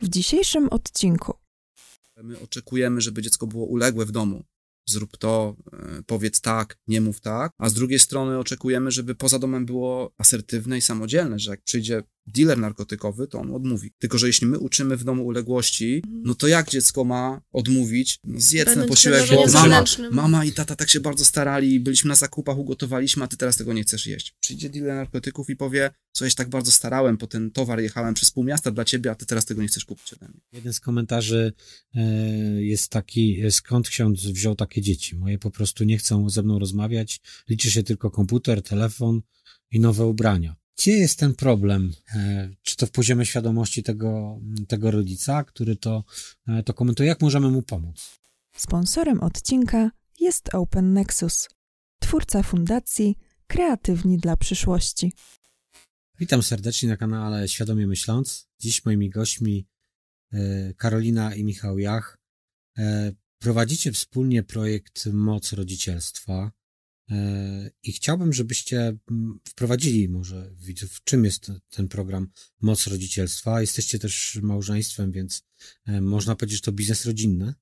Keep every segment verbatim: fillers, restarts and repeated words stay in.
W dzisiejszym odcinku my oczekujemy, żeby dziecko było uległe w domu. Zrób to, powiedz tak, nie mów tak. A z drugiej strony oczekujemy, żeby poza domem było asertywne i samodzielne, że jak przyjdzie dealer narkotykowy, to on odmówi. Tylko że jeśli my uczymy w domu uległości, no to jak dziecko ma odmówić? No zjedz na posiłek, bo mama, mama i tata tak się bardzo starali, byliśmy na zakupach, ugotowaliśmy, a ty teraz tego nie chcesz jeść. Przyjdzie dealer narkotyków i powie, co ja się tak bardzo starałem, po ten towar jechałem przez pół miasta dla ciebie, a ty teraz tego nie chcesz kupić ode mnie. Jeden z komentarzy jest taki, skąd ksiądz wziął takie dzieci? Moje po prostu nie chcą ze mną rozmawiać, liczy się tylko komputer, telefon i nowe ubrania. Gdzie jest ten problem? Czy to w poziomie świadomości tego, tego rodzica, który to, to komentuje? Jak możemy mu pomóc? Sponsorem odcinka jest Open Nexus, twórca fundacji Kreatywni dla przyszłości. Witam serdecznie na kanale Świadomie Myśląc. Dziś moimi gośćmi Karolina i Michał Jach. Prowadzicie wspólnie projekt Moc Rodzicielstwa. I chciałbym, żebyście wprowadzili może widzów, czym jest ten program Moc Rodzicielstwa. Jesteście też małżeństwem, więc można powiedzieć, że to biznes rodzinny.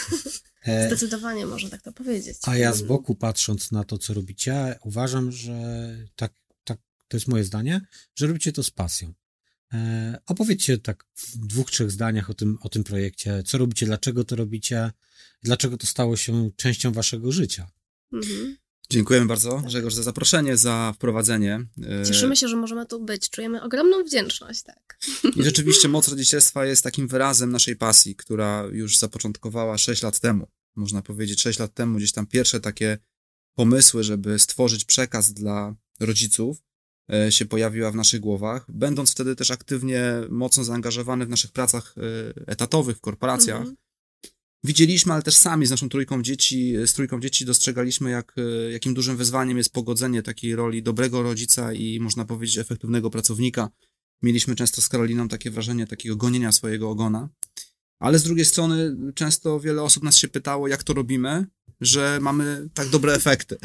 Zdecydowanie można tak to powiedzieć. A ja z boku patrząc na to, co robicie, uważam, że tak, tak, to jest moje zdanie, że robicie to z pasją. Opowiedzcie tak w dwóch, trzech zdaniach o tym, o tym projekcie. Co robicie, dlaczego to robicie, dlaczego to stało się częścią waszego życia. Mhm. Dziękujemy bardzo, Grzegorz, za zaproszenie, za wprowadzenie. Cieszymy się, że możemy tu być. Czujemy ogromną wdzięczność, tak. I rzeczywiście Moc Rodzicielstwa jest takim wyrazem naszej pasji, która już zapoczątkowała sześć lat temu. Można powiedzieć, sześć lat temu gdzieś tam pierwsze takie pomysły, żeby stworzyć przekaz dla rodziców, się pojawiła w naszych głowach. Będąc wtedy też aktywnie, mocno zaangażowany w naszych pracach etatowych, w korporacjach, mhm. Widzieliśmy, ale też sami z naszą trójką dzieci, z trójką dzieci dostrzegaliśmy, jak, jakim dużym wyzwaniem jest pogodzenie takiej roli dobrego rodzica i można powiedzieć efektywnego pracownika. Mieliśmy często z Karoliną takie wrażenie takiego gonienia swojego ogona, ale z drugiej strony często wiele osób nas się pytało, jak to robimy, że mamy tak dobre efekty.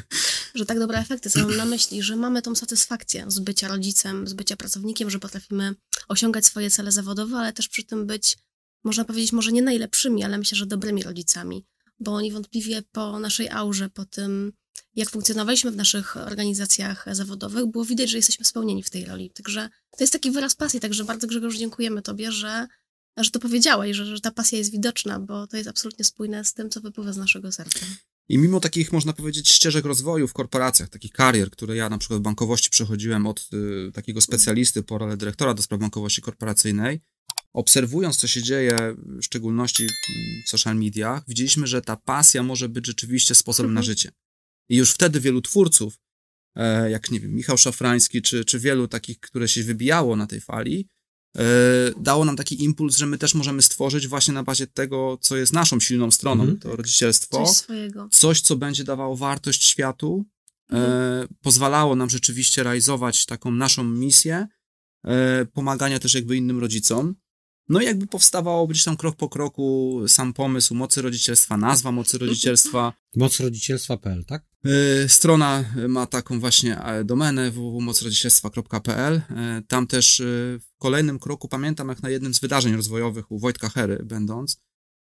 Że tak dobre efekty, co mam na myśli, że mamy tą satysfakcję z bycia rodzicem, z bycia pracownikiem, że potrafimy osiągać swoje cele zawodowe, ale też przy tym być, można powiedzieć, może nie najlepszymi, ale myślę, że dobrymi rodzicami, bo niewątpliwie po naszej aurze, po tym, jak funkcjonowaliśmy w naszych organizacjach zawodowych, było widać, że jesteśmy spełnieni w tej roli. Także to jest taki wyraz pasji, także bardzo, Grzegorz, dziękujemy Tobie, że, że to powiedziałeś, że, że ta pasja jest widoczna, bo to jest absolutnie spójne z tym, co wypływa z naszego serca. I mimo takich, można powiedzieć, ścieżek rozwoju w korporacjach, takich karier, które ja na przykład w bankowości przechodziłem od y, takiego specjalisty po rolę dyrektora do spraw bankowości korporacyjnej, obserwując, co się dzieje, w szczególności w social mediach, widzieliśmy, że ta pasja może być rzeczywiście sposobem na życie. I już wtedy wielu twórców, e, jak nie wiem, Michał Szafrański, czy, czy wielu takich, które się wybijało na tej fali, e, dało nam taki impuls, że my też możemy stworzyć właśnie na bazie tego, co jest naszą silną stroną, mm. to rodzicielstwo. Coś swojego. Coś, co będzie dawało wartość światu, mm. e, pozwalało nam rzeczywiście realizować taką naszą misję, e, pomagania też jakby innym rodzicom. No i jakby powstawało gdzieś tam krok po kroku sam pomysł Mocy Rodzicielstwa, nazwa Mocy Rodzicielstwa. moc rodzicielstwa kropka p l, tak? Yy, strona ma taką właśnie domenę w w w moc rodzicielstwa kropka p l. Yy, tam też yy, w kolejnym kroku pamiętam, jak na jednym z wydarzeń rozwojowych u Wojtka Hery będąc,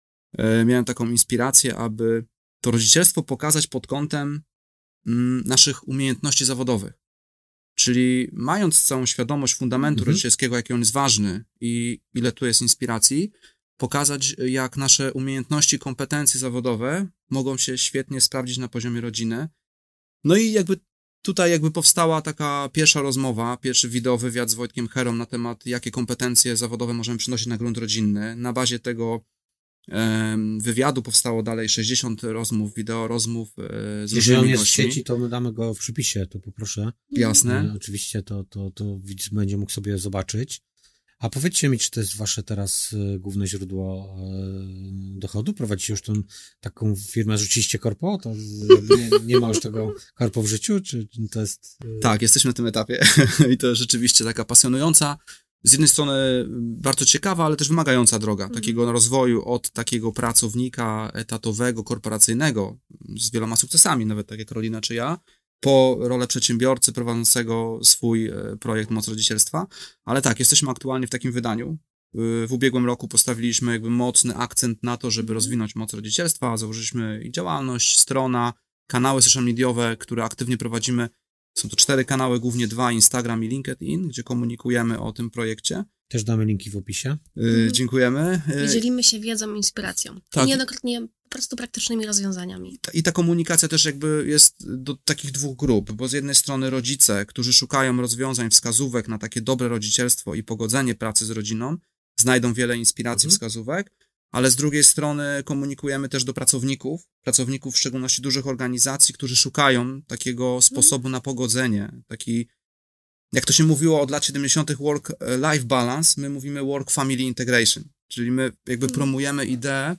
yy, miałem taką inspirację, aby to rodzicielstwo pokazać pod kątem yy, naszych umiejętności zawodowych. Czyli mając całą świadomość fundamentu mhm. rodzicielskiego, jaki on jest ważny i ile tu jest inspiracji, pokazać, jak nasze umiejętności, kompetencje zawodowe mogą się świetnie sprawdzić na poziomie rodziny. No i jakby tutaj jakby powstała taka pierwsza rozmowa, pierwszy wideo wywiad z Wojtkiem Herą na temat, jakie kompetencje zawodowe możemy przynosić na grunt rodzinny. Na bazie tego wywiadu powstało dalej sześćdziesiąt rozmów, wideo rozmów z Jeżeli on jest gośćmi. W sieci, to my damy go w przypisie, to poproszę. Jasne. E, oczywiście to, to, to widz będzie mógł sobie zobaczyć. A powiedzcie mi, czy to jest wasze teraz główne źródło e, dochodu? Prowadzicie już tą taką firmę, rzuciliście korpo? To nie, nie ma już tego korpo w życiu? Czy to jest... E... Tak, jesteśmy na tym etapie i to rzeczywiście taka pasjonująca, z jednej strony bardzo ciekawa, ale też wymagająca droga mm. takiego rozwoju od takiego pracownika etatowego, korporacyjnego z wieloma sukcesami, nawet tak jak Karolina czy ja, po rolę przedsiębiorcy prowadzącego swój projekt Moc Rodzicielstwa. Ale tak, jesteśmy aktualnie w takim wydaniu. w ubiegłym roku postawiliśmy jakby mocny akcent na to, żeby rozwinąć moc rodzicielstwa. Założyliśmy i działalność, strona, kanały social mediowe, które aktywnie prowadzimy. Są to cztery kanały, głównie dwa, Instagram i LinkedIn, gdzie komunikujemy o tym projekcie. Też damy linki w opisie. Yy, dziękujemy. I dzielimy się wiedzą, inspiracją. Tak. I niejednokrotnie po prostu praktycznymi rozwiązaniami. I ta komunikacja też jakby jest do takich dwóch grup, bo z jednej strony rodzice, którzy szukają rozwiązań, wskazówek na takie dobre rodzicielstwo i pogodzenie pracy z rodziną, znajdą wiele inspiracji, Mhm. wskazówek, ale z drugiej strony komunikujemy też do pracowników, pracowników w szczególności dużych organizacji, którzy szukają takiego sposobu na pogodzenie, taki, jak to się mówiło od lat siedemdziesiątych work-life balance, my mówimy work-family integration, czyli my jakby Mhm. promujemy ideę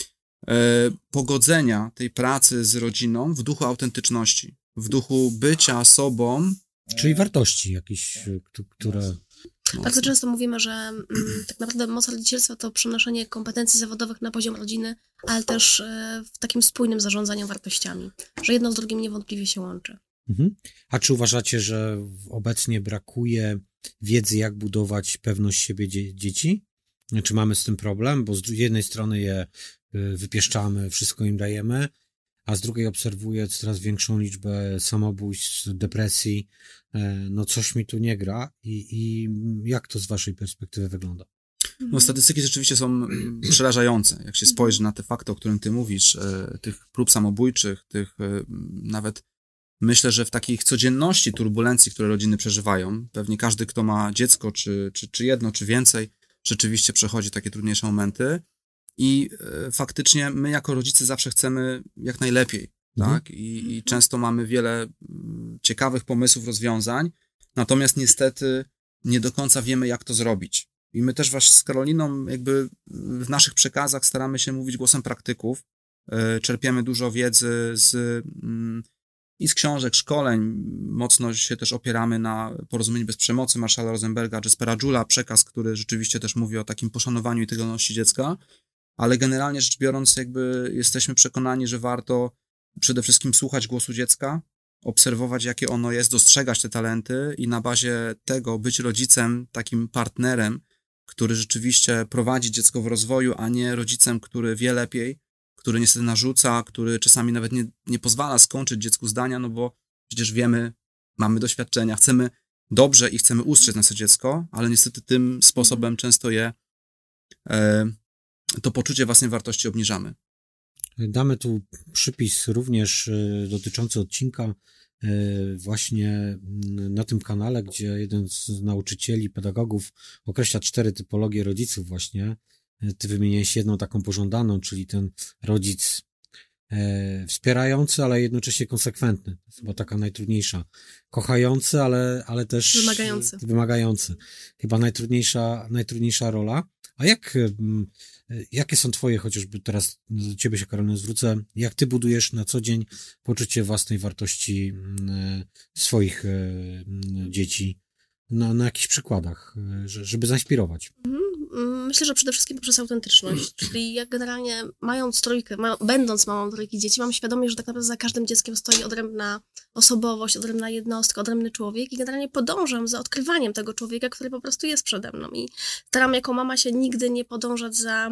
e, pogodzenia tej pracy z rodziną w duchu autentyczności, w duchu bycia sobą. Czyli wartości jakieś, y, k- które... No, Bardzo często mówimy, że mm, tak naprawdę moc rodzicielstwa to przenoszenie kompetencji zawodowych na poziom rodziny, ale też e, w takim spójnym zarządzaniu wartościami, że jedno z drugim niewątpliwie się łączy. Mhm. A czy uważacie, że w- obecnie brakuje wiedzy, jak budować pewność siebie dzie- dzieci? Czy mamy z tym problem? Bo z dru- jednej strony je y, wypieszczamy, wszystko im dajemy, a z drugiej obserwuję coraz większą liczbę samobójstw, depresji. E, No coś mi tu nie gra. I, i jak to z waszej perspektywy wygląda? No, statystyki rzeczywiście są mm, przerażające. Jak się spojrzy na te fakty, o których ty mówisz, e, tych prób samobójczych, tych e, nawet myślę, że w takich codzienności turbulencji, które rodziny przeżywają, pewnie każdy, kto ma dziecko, czy, czy, czy jedno, czy więcej, rzeczywiście przechodzi takie trudniejsze momenty i e, faktycznie my jako rodzice zawsze chcemy jak najlepiej, Mhm. tak? I, I często mamy wiele mm, ciekawych pomysłów, rozwiązań, natomiast niestety nie do końca wiemy, jak to zrobić. I my też was z Karoliną jakby w naszych przekazach staramy się mówić głosem praktyków. E, Czerpiemy dużo wiedzy z, mm, i z książek, szkoleń. Mocno się też opieramy na Porozumieniu bez przemocy Marszala Rosenberga, Jespera Jula, przekaz, który rzeczywiście też mówi o takim poszanowaniu integralności dziecka. Ale generalnie rzecz biorąc, jakby jesteśmy przekonani, że warto przede wszystkim słuchać głosu dziecka, obserwować, jakie ono jest, dostrzegać te talenty i na bazie tego być rodzicem, takim partnerem, który rzeczywiście prowadzi dziecko w rozwoju, a nie rodzicem, który wie lepiej, który niestety narzuca, który czasami nawet nie, nie pozwala skończyć dziecku zdania, no bo przecież wiemy, mamy doświadczenia, chcemy dobrze i chcemy ustrzec nasze dziecko, ale niestety tym sposobem często je e, to poczucie własnej wartości obniżamy. Damy tu przypis również y, dotyczący odcinka y, właśnie mm, na tym kanale, gdzie jeden z nauczycieli, pedagogów określa cztery typologie rodziców właśnie. Y, Ty wymieniłeś jedną taką pożądaną, czyli ten rodzic e, wspierający, ale jednocześnie konsekwentny. To jest chyba taka najtrudniejsza. Kochający, ale, ale też Wymagający. wymagający. Chyba najtrudniejsza, najtrudniejsza rola. A jak, mm, jakie są twoje, chociażby teraz do ciebie się, Karolina, zwrócę, jak ty budujesz na co dzień poczucie własnej wartości mm, swoich e, mm, dzieci na, na jakichś przykładach, e, że- żeby zainspirować? Mm, Myślę, że przede wszystkim poprzez autentyczność, czyli jak generalnie mając trójkę, ma, będąc mamą trójki dzieci, mam świadomość, że tak naprawdę za każdym dzieckiem stoi odrębna osobowość, odrębna jednostka, odrębny człowiek i generalnie podążam za odkrywaniem tego człowieka, który po prostu jest przede mną i staram jako mama się nigdy nie podążać za,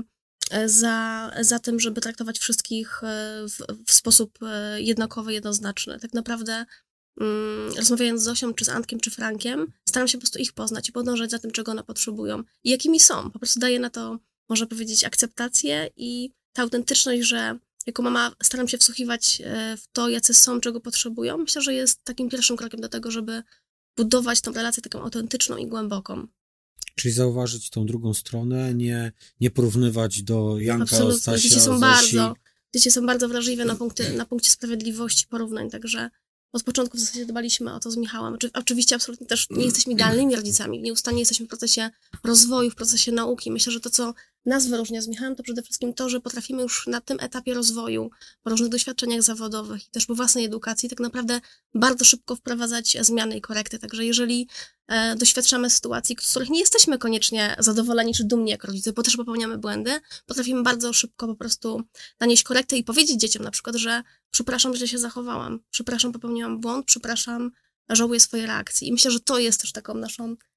za, za tym, żeby traktować wszystkich e, w, w sposób e, jednakowy, jednoznaczny. Tak naprawdę mm, rozmawiając z Zosią, czy z Antkiem, czy Frankiem, staram się po prostu ich poznać i podążać za tym, czego one potrzebują i jakimi są. Po prostu daję na to, można powiedzieć, akceptację i ta autentyczność, że jako mama staram się wsłuchiwać e, w to, jacy są, czego potrzebują. Myślę, że jest takim pierwszym krokiem do tego, żeby budować tą relację taką autentyczną i głęboką. Czyli zauważyć tą drugą stronę, nie, nie porównywać do Janka, Absolutnie. Stasia, Dzieci są Zosi. bardzo, dzieci są bardzo wrażliwe na punkcie, na punkcie sprawiedliwości porównań, także od początku w zasadzie dbaliśmy o to z Michałem. Oczy- Oczywiście absolutnie też nie jesteśmy idealnymi rodzicami, nieustannie jesteśmy w procesie rozwoju, w procesie nauki. Myślę, że to, co nas wyróżnia z Michałem, to przede wszystkim to, że potrafimy już na tym etapie rozwoju, po różnych doświadczeniach zawodowych i też po własnej edukacji, tak naprawdę bardzo szybko wprowadzać zmiany i korekty. Także jeżeli e, doświadczamy sytuacji, z których nie jesteśmy koniecznie zadowoleni czy dumni jako rodzice, bo też popełniamy błędy, potrafimy bardzo szybko po prostu nanieść korektę i powiedzieć dzieciom na przykład, że przepraszam, że się zachowałam, przepraszam, popełniłam błąd, przepraszam, żałuję swojej reakcji. I myślę, że to jest też taką naszą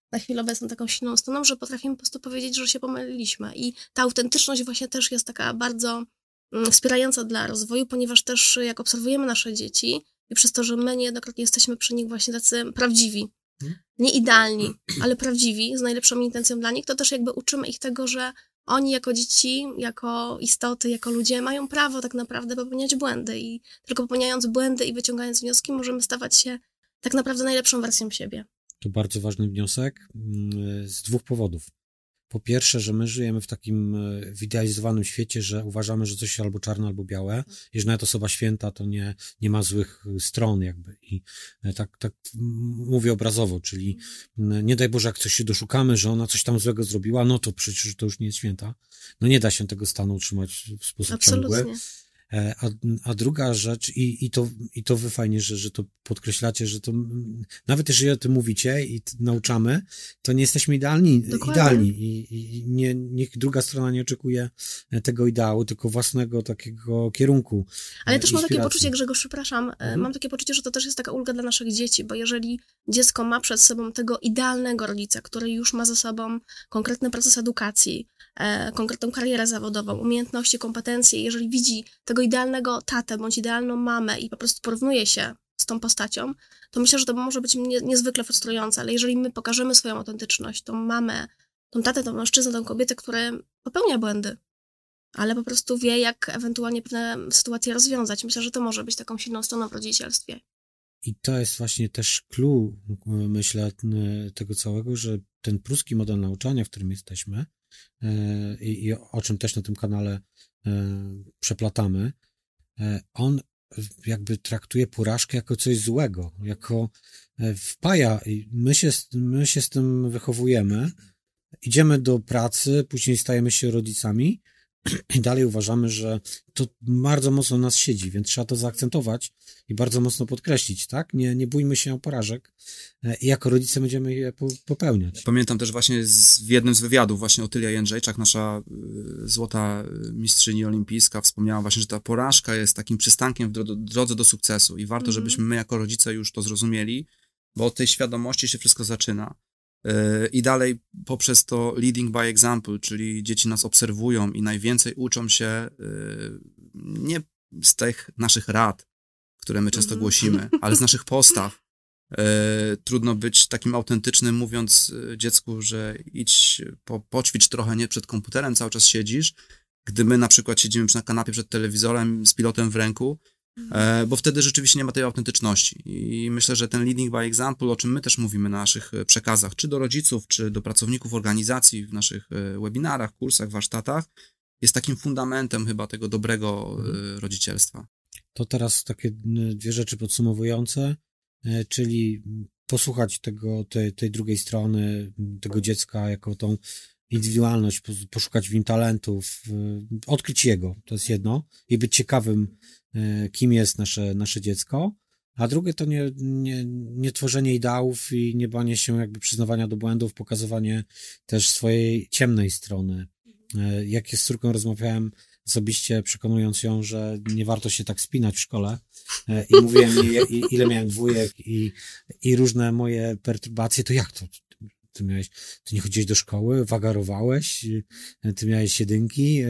na chwilę obecną taką silną stroną, że potrafimy po prostu powiedzieć, że się pomyliliśmy. I ta autentyczność właśnie też jest taka bardzo mm, wspierająca dla rozwoju, ponieważ też jak obserwujemy nasze dzieci i przez to, że my niejednokrotnie jesteśmy przy nich właśnie tacy prawdziwi, nie idealni, ale prawdziwi, z najlepszą intencją dla nich, to też jakby uczymy ich tego, że oni jako dzieci, jako istoty, jako ludzie mają prawo tak naprawdę popełniać błędy i tylko popełniając błędy i wyciągając wnioski możemy stawać się tak naprawdę najlepszą wersją siebie. To bardzo ważny wniosek z dwóch powodów. Po pierwsze, że my żyjemy w takim wyidealizowanym świecie, że uważamy, że coś jest albo czarne, albo białe. Jeżeli nawet osoba święta, to nie, nie ma złych stron jakby. I tak, tak mówię obrazowo, czyli nie daj Boże, jak coś się doszukamy, że ona coś tam złego zrobiła, no to przecież to już nie jest święta. No nie da się tego stanu utrzymać w sposób Absolutnie. ciągły. A, a druga rzecz, i, i, to, i to wy fajnie, że, że to podkreślacie, że to nawet jeżeli o tym mówicie i nauczamy, to nie jesteśmy idealni, idealni i, i nie, niech druga strona nie oczekuje tego ideału, tylko własnego takiego kierunku. Ale też mam takie poczucie, Grzegorz, przepraszam, mhm. mam takie poczucie, że to też jest taka ulga dla naszych dzieci, bo jeżeli dziecko ma przed sobą tego idealnego rodzica, który już ma za sobą konkretny proces edukacji, e, konkretną karierę zawodową, umiejętności, kompetencje, jeżeli widzi tego idealnego tatę bądź idealną mamę i po prostu porównuje się z tą postacią, to myślę, że to może być nie, niezwykle frustrujące, ale jeżeli my pokażemy swoją autentyczność, tą mamę, tą tatę, tą mężczyznę, tą kobietę, który popełnia błędy, ale po prostu wie, jak ewentualnie pewne sytuacje rozwiązać, myślę, że to może być taką silną stroną w rodzicielstwie. I to jest właśnie też clue, myślę, tego całego, że ten pruski model nauczania, w którym jesteśmy i, i o czym też na tym kanale przeplatamy, on jakby traktuje porażkę jako coś złego, jako wpaja. My się, my się z tym wychowujemy, idziemy do pracy, później stajemy się rodzicami i dalej uważamy, że to bardzo mocno nas siedzi, więc trzeba to zaakcentować i bardzo mocno podkreślić, tak? Nie, nie bójmy się porażek i jako rodzice będziemy je popełniać. Pamiętam też właśnie z, w jednym z wywiadów właśnie Otylia Jędrzejczak, nasza y, złota mistrzyni olimpijska, wspomniała właśnie, że ta porażka jest takim przystankiem w dro- drodze do sukcesu i warto, mm-hmm. żebyśmy my jako rodzice już to zrozumieli, bo od tej świadomości się wszystko zaczyna. I dalej poprzez to leading by example, czyli dzieci nas obserwują i najwięcej uczą się nie z tych naszych rad, które my często mm-hmm. głosimy, ale z naszych postaw. Trudno być takim autentycznym, mówiąc dziecku, że idź, po, poćwicz trochę, nie przed komputerem cały czas siedzisz, gdy my na przykład siedzimy na kanapie przed telewizorem z pilotem w ręku, bo wtedy rzeczywiście nie ma tej autentyczności. I myślę, że ten leading by example, o czym my też mówimy na naszych przekazach, czy do rodziców, czy do pracowników organizacji, w naszych webinarach, kursach, warsztatach, jest takim fundamentem chyba tego dobrego hmm. rodzicielstwa. To teraz takie dwie rzeczy podsumowujące, czyli posłuchać tego, tej, tej drugiej strony, tego dziecka jako tą indywidualność, poszukać w nim talentów, odkryć jego, to jest jedno, i być ciekawym, kim jest nasze, nasze dziecko, a drugie to nie, nie, nie tworzenie ideałów i nie banie się jakby przyznawania do błędów, pokazywanie też swojej ciemnej strony. Jak z córką rozmawiałem osobiście, przekonując ją, że nie warto się tak spinać w szkole i mówiłem jej, ile miałem dwójek i, i różne moje perturbacje, to jak to? Ty miałeś, ty nie chodziłeś do szkoły, wagarowałeś, ty miałeś jedynki.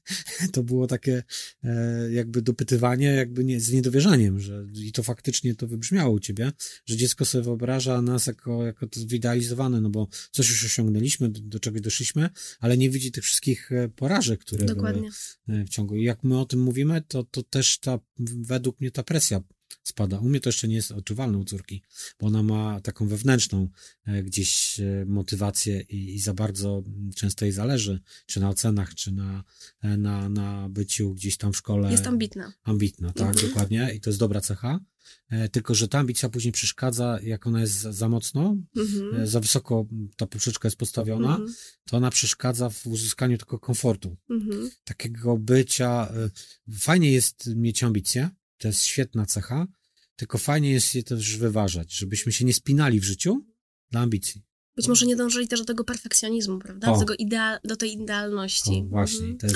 To było takie jakby dopytywanie jakby nie, z niedowierzaniem, że i to faktycznie to wybrzmiało u ciebie, że dziecko sobie wyobraża nas jako, jako to wyidealizowane, no bo coś już osiągnęliśmy, do, do czegoś doszliśmy, ale nie widzi tych wszystkich porażek, które Dokładnie. były w ciągu. I jak my o tym mówimy, to, to też ta, według mnie ta presja spada. U mnie to jeszcze nie jest odczuwalne u córki, bo ona ma taką wewnętrzną e, gdzieś e, motywację i, i za bardzo często jej zależy, czy na ocenach, czy na, e, na, na byciu gdzieś tam w szkole. Jest ambitna. Ambitna, tak, mhm. dokładnie. I to jest dobra cecha. E, tylko, że ta ambicja później przeszkadza, jak ona jest za, za mocno, mhm. e, za wysoko ta poprzeczka jest postawiona, mhm. to ona przeszkadza w uzyskaniu tego komfortu. Mhm. Takiego bycia. E, fajnie jest mieć ambicje, to jest świetna cecha, tylko fajnie jest je też wyważać, żebyśmy się nie spinali w życiu dla ambicji. Być może nie dążyli też do tego perfekcjonizmu, prawda? Do, tego idea- do tej idealności. O, właśnie. Mhm. To jest,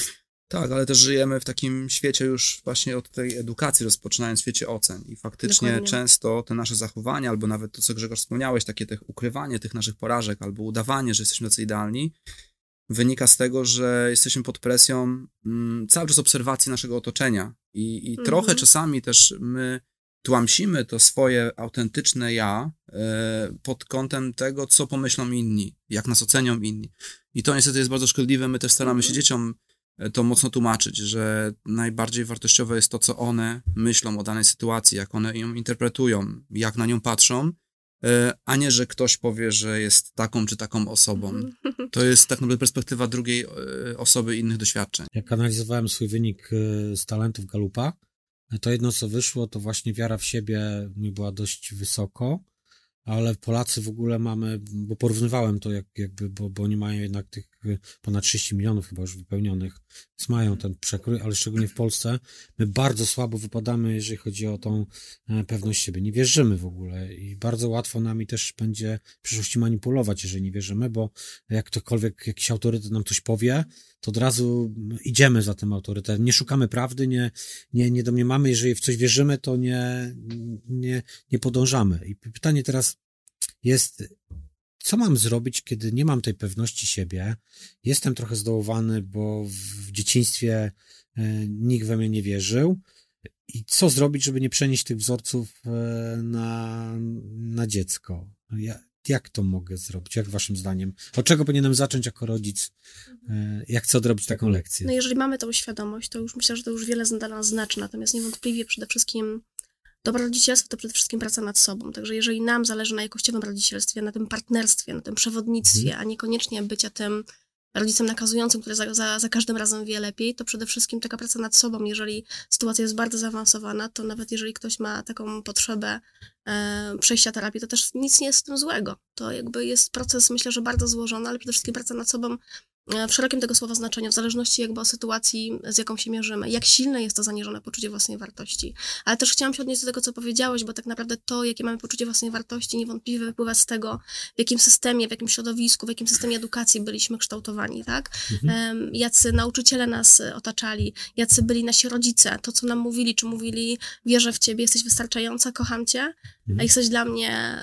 Tak, ale też żyjemy w takim świecie już właśnie od tej edukacji rozpoczynając, w świecie ocen i faktycznie Dokładnie. często te nasze zachowania, albo nawet to, co Grzegorz wspomniałeś, takie te ukrywanie tych naszych porażek, albo udawanie, że jesteśmy tacy idealni, wynika z tego, że jesteśmy pod presją mm, cały czas obserwacji naszego otoczenia i, i Mhm. trochę czasami też my tłamsimy to swoje autentyczne ja e, pod kątem tego, co pomyślą inni, jak nas ocenią inni. I to niestety jest bardzo szkodliwe. My też staramy się Mhm. dzieciom to mocno tłumaczyć, że najbardziej wartościowe jest to, co one myślą o danej sytuacji, jak one ją interpretują, jak na nią patrzą, e, a nie, że ktoś powie, że jest taką czy taką osobą. Mhm. To jest tak naprawdę perspektywa drugiej e, osoby i innych doświadczeń. Jak analizowałem swój wynik y, z talentów Galupa, to jedno, co wyszło, to właśnie wiara w siebie mi była dość wysoko, ale Polacy w ogóle mamy, bo porównywałem to jak, jakby, bo, bo oni mają jednak tych y, ponad trzydzieści milionów chyba już wypełnionych, więc mają ten przekrój, ale szczególnie w Polsce my bardzo słabo wypadamy, jeżeli chodzi o tą e, pewność siebie. Nie wierzymy w ogóle i bardzo łatwo nami też będzie w przyszłości manipulować, jeżeli nie wierzymy, bo jak ktokolwiek, jakiś autorytet nam coś powie, to od razu idziemy za tym autorytetem. Nie szukamy prawdy, nie, nie, nie domniemamy, jeżeli w coś wierzymy, to nie, nie, nie podążamy. I pytanie teraz jest, co mam zrobić, kiedy nie mam tej pewności siebie? Jestem trochę zdołowany, bo w dzieciństwie e, nikt we mnie nie wierzył. I co zrobić, żeby nie przenieść tych wzorców e, na, na dziecko? Ja, jak to mogę zrobić? Jak waszym zdaniem? Od czego powinienem zacząć jako rodzic? E, jak chcę odrobić taką lekcję? No jeżeli mamy tą świadomość, to już myślę, że to już wiele dla nas znaczy, natomiast niewątpliwie przede wszystkim dobre rodzicielstwo to przede wszystkim praca nad sobą, także jeżeli nam zależy na jakościowym rodzicielstwie, na tym partnerstwie, na tym przewodnictwie, Mhm. a niekoniecznie bycia tym rodzicem nakazującym, który za, za, za każdym razem wie lepiej, to przede wszystkim taka praca nad sobą, jeżeli sytuacja jest bardzo zaawansowana, to nawet jeżeli ktoś ma taką potrzebę e, przejścia terapii, to też nic nie jest z tym złego. To jakby jest proces, myślę, że bardzo złożony, ale przede wszystkim praca nad sobą w szerokim tego słowa znaczeniu, w zależności jakby od sytuacji, z jaką się mierzymy, jak silne jest to zaniżone poczucie własnej wartości. Ale też chciałam się odnieść do tego, co powiedziałeś, bo tak naprawdę to, jakie mamy poczucie własnej wartości, niewątpliwie wypływa z tego, w jakim systemie, w jakim środowisku, w jakim systemie edukacji byliśmy kształtowani, tak? Mhm. Jacy nauczyciele nas otaczali, jacy byli nasi rodzice, to, co nam mówili, czy mówili, wierzę w ciebie, jesteś wystarczająca, kocham cię, mhm. a jesteś dla mnie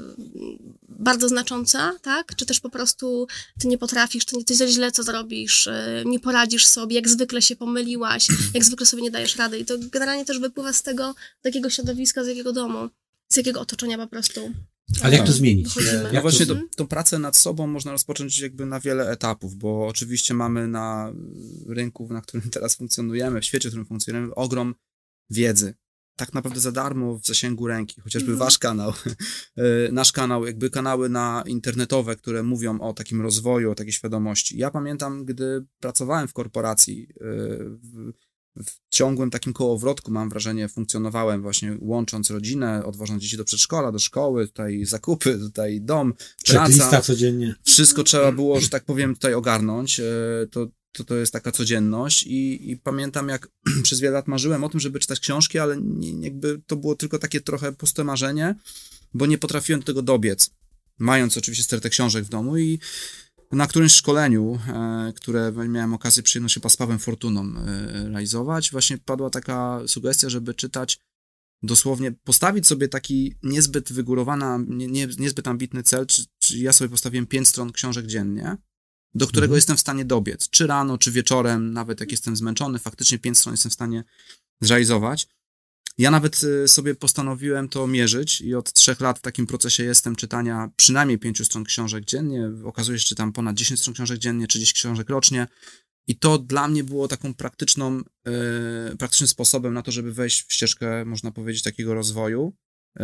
y, bardzo znacząca, tak? Czy też po prostu ty nie potrafisz, ty, ty źle co zrobisz, nie poradzisz sobie, jak zwykle się pomyliłaś, jak zwykle sobie nie dajesz rady. I to generalnie też wypływa z tego takiego środowiska, z jakiego domu, z jakiego otoczenia po prostu. Ale jak to zmienić? Wychodzimy. No właśnie to, tą pracę nad sobą można rozpocząć jakby na wiele etapów, bo oczywiście mamy na rynku, na którym teraz funkcjonujemy, w świecie, w którym funkcjonujemy, ogrom wiedzy. Tak naprawdę za darmo w zasięgu ręki, chociażby mm. wasz kanał, nasz kanał, jakby kanały na internetowe, które mówią o takim rozwoju, o takiej świadomości. Ja pamiętam, gdy pracowałem w korporacji, w, w ciągłym takim kołowrotku, mam wrażenie, funkcjonowałem właśnie łącząc rodzinę, odwożąc dzieci do przedszkola, do szkoły, tutaj zakupy, tutaj dom, praca. codziennie. Wszystko trzeba było, że tak powiem, tutaj ogarnąć. To To, to jest taka codzienność i, i pamiętam, jak przez wiele lat marzyłem o tym, żeby czytać książki, ale nie, jakby to było tylko takie trochę puste marzenie, bo nie potrafiłem do tego dobiec, mając oczywiście stertę książek w domu i na którymś szkoleniu, e, które miałem okazję, przyjemność chyba z Pawłem Fortuną e, realizować, właśnie padła taka sugestia, żeby czytać dosłownie, postawić sobie taki niezbyt wygórowany, nie, nie, niezbyt ambitny cel, czy, czy ja sobie postawiłem pięć stron książek dziennie, do którego mhm. jestem w stanie dobiec, czy rano, czy wieczorem, nawet jak jestem zmęczony, faktycznie pięć stron jestem w stanie zrealizować. Ja nawet sobie postanowiłem to mierzyć i od trzech lat w takim procesie jestem czytania przynajmniej pięciu stron książek dziennie. Okazuje się, że czytam ponad dziesięć stron książek dziennie, trzydzieści książek rocznie i to dla mnie było taką praktyczną, yy, praktycznym sposobem na to, żeby wejść w ścieżkę, można powiedzieć, takiego rozwoju.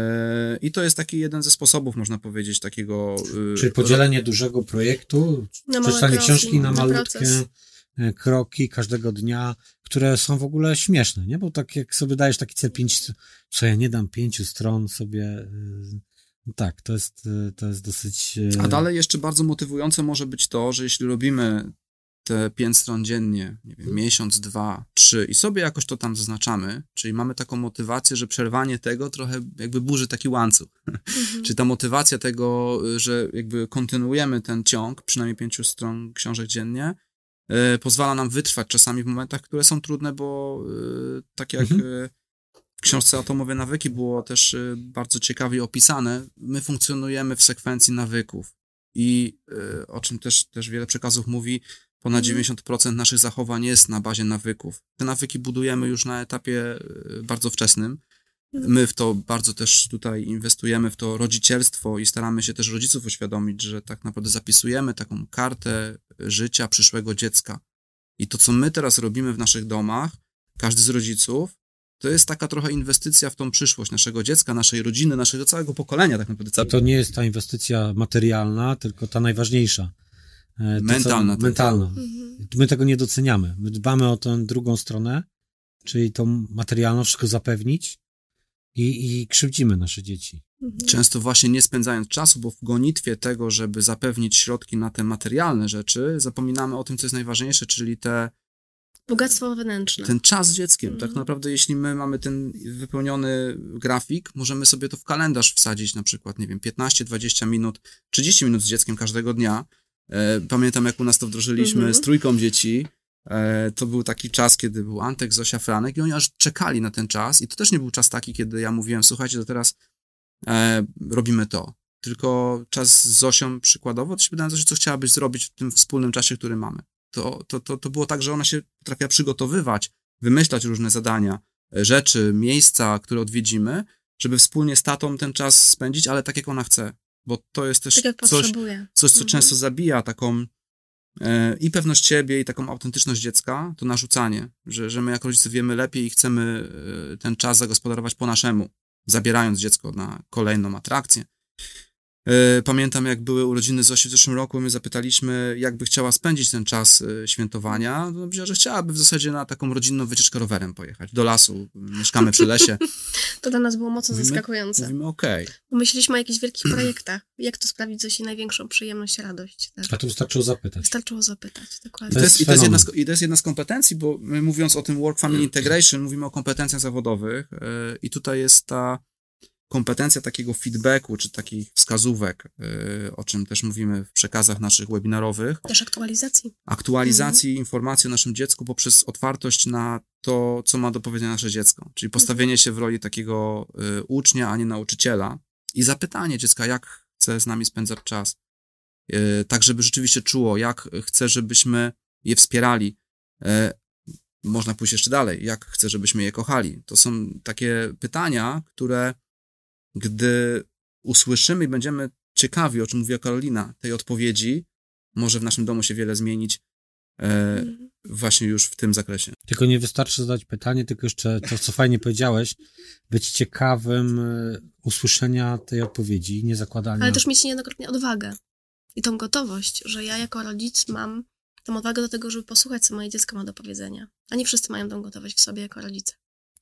I to jest taki jeden ze sposobów, można powiedzieć, takiego... Czyli podzielenie dużego projektu, na przeczytanie kroki, książki na, na malutkie proces. kroki każdego dnia, które są w ogóle śmieszne, nie? Bo tak jak sobie dajesz taki cel pięć, co ja nie dam pięciu stron sobie... Tak, to jest, to jest dosyć... A dalej jeszcze bardzo motywujące może być to, że jeśli robimy te pięć stron dziennie, nie wiem, miesiąc, dwa, trzy i sobie jakoś to tam zaznaczamy, czyli mamy taką motywację, że przerwanie tego trochę jakby burzy taki łańcuch. Mhm. Czyli ta motywacja tego, że jakby kontynuujemy ten ciąg, przynajmniej pięciu stron książek dziennie, e, pozwala nam wytrwać czasami w momentach, które są trudne, bo e, tak jak Mhm. e, w książce Atomowe nawyki było też e, bardzo ciekawie opisane, my funkcjonujemy w sekwencji nawyków i e, o czym też, też wiele przekazów mówi, ponad Mhm. dziewięćdziesiąt procent naszych zachowań jest na bazie nawyków. Te nawyki budujemy już na etapie e, bardzo wczesnym. My w to bardzo też tutaj inwestujemy, w to rodzicielstwo i staramy się też rodziców uświadomić, że tak naprawdę zapisujemy taką kartę życia przyszłego dziecka. I to, co my teraz robimy w naszych domach, każdy z rodziców, to jest taka trochę inwestycja w tą przyszłość naszego dziecka, naszej rodziny, naszego całego pokolenia tak naprawdę. I Całe... to nie jest ta inwestycja materialna, tylko ta najważniejsza. E, to, Mentalna, co, tak. mentalna. Mhm. My tego nie doceniamy. My dbamy o tę drugą stronę, czyli tą materialną, wszystko zapewnić i, i krzywdzimy nasze dzieci. Mhm. Często właśnie nie spędzając czasu, bo w gonitwie tego, żeby zapewnić środki na te materialne rzeczy, zapominamy o tym, co jest najważniejsze, czyli te Bogactwo wewnętrzne. ten czas z dzieckiem. Mhm. Tak naprawdę, jeśli my mamy ten wypełniony grafik, możemy sobie to w kalendarz wsadzić, na przykład, nie wiem, piętnaście dwadzieścia minut, trzydzieści minut z dzieckiem każdego dnia. E, pamiętam, jak u nas to wdrożyliśmy Mhm. z trójką dzieci. E, to był taki czas, kiedy był Antek, Zosia, Franek i oni aż czekali na ten czas i to też nie był czas taki, kiedy ja mówiłem, słuchajcie, to teraz e, robimy to. Tylko czas z Zosią przykładowo, to się pytałem Zosi, co chciałabyś zrobić w tym wspólnym czasie, który mamy. To, to, to, to było tak, że ona się potrafiła przygotowywać, wymyślać różne zadania, rzeczy, miejsca, które odwiedzimy, żeby wspólnie z tatą ten czas spędzić, ale tak, jak ona chce. Bo to jest też Tak jak coś, potrzebuje. coś, co Mhm. często zabija taką e, i pewność siebie, i taką autentyczność dziecka, to narzucanie, że, że my jako rodzice wiemy lepiej i chcemy e, ten czas zagospodarować po naszemu, zabierając dziecko na kolejną atrakcję. E, Pamiętam, jak były urodziny Zosi w zeszłym roku, my zapytaliśmy, jak by chciała spędzić ten czas e, świętowania. No, powiedziała, że chciałaby w zasadzie na taką rodzinną wycieczkę rowerem pojechać, do lasu, mieszkamy przy lesie. To dla nas było mocno Mówimy- zaskakujące. Mówimy, okej. Myśleliśmy o jakichś wielkich projektach. Jak to sprawić Zosi największą przyjemność, radość. Tak? A to wystarczyło zapytać. Wystarczyło zapytać, I dokładnie. to, To jest, jest i, to jest jedna z, fenomen. I to jest jedna z kompetencji, bo my mówiąc o tym Work Family Integration, mówimy o kompetencjach zawodowych yy, i tutaj jest ta kompetencja takiego feedbacku, czy takich wskazówek, yy, o czym też mówimy w przekazach naszych webinarowych, Też aktualizacji. aktualizacji informacji o naszym dziecku poprzez otwartość na to, co ma do powiedzenia nasze dziecko, czyli postawienie się w roli takiego y, ucznia, a nie nauczyciela i zapytanie dziecka, jak chce z nami spędzać czas, y, tak żeby rzeczywiście czuło, jak chce, żebyśmy je wspierali. Y, można pójść jeszcze dalej, jak chce, żebyśmy je kochali. To są takie pytania, które gdy usłyszymy i będziemy ciekawi, o czym mówiła Karolina, tej odpowiedzi, może w naszym domu się wiele zmienić e, Mhm. właśnie już w tym zakresie. Tylko nie wystarczy zadać pytanie, tylko jeszcze to, co fajnie powiedziałeś, być ciekawym e, usłyszenia tej odpowiedzi, nie zakładania. Ale też mieć niejednokrotnie odwagę i tą gotowość, że ja jako rodzic mam tą odwagę do tego, żeby posłuchać, co moje dziecko ma do powiedzenia. A nie wszyscy mają tą gotowość w sobie jako rodzice.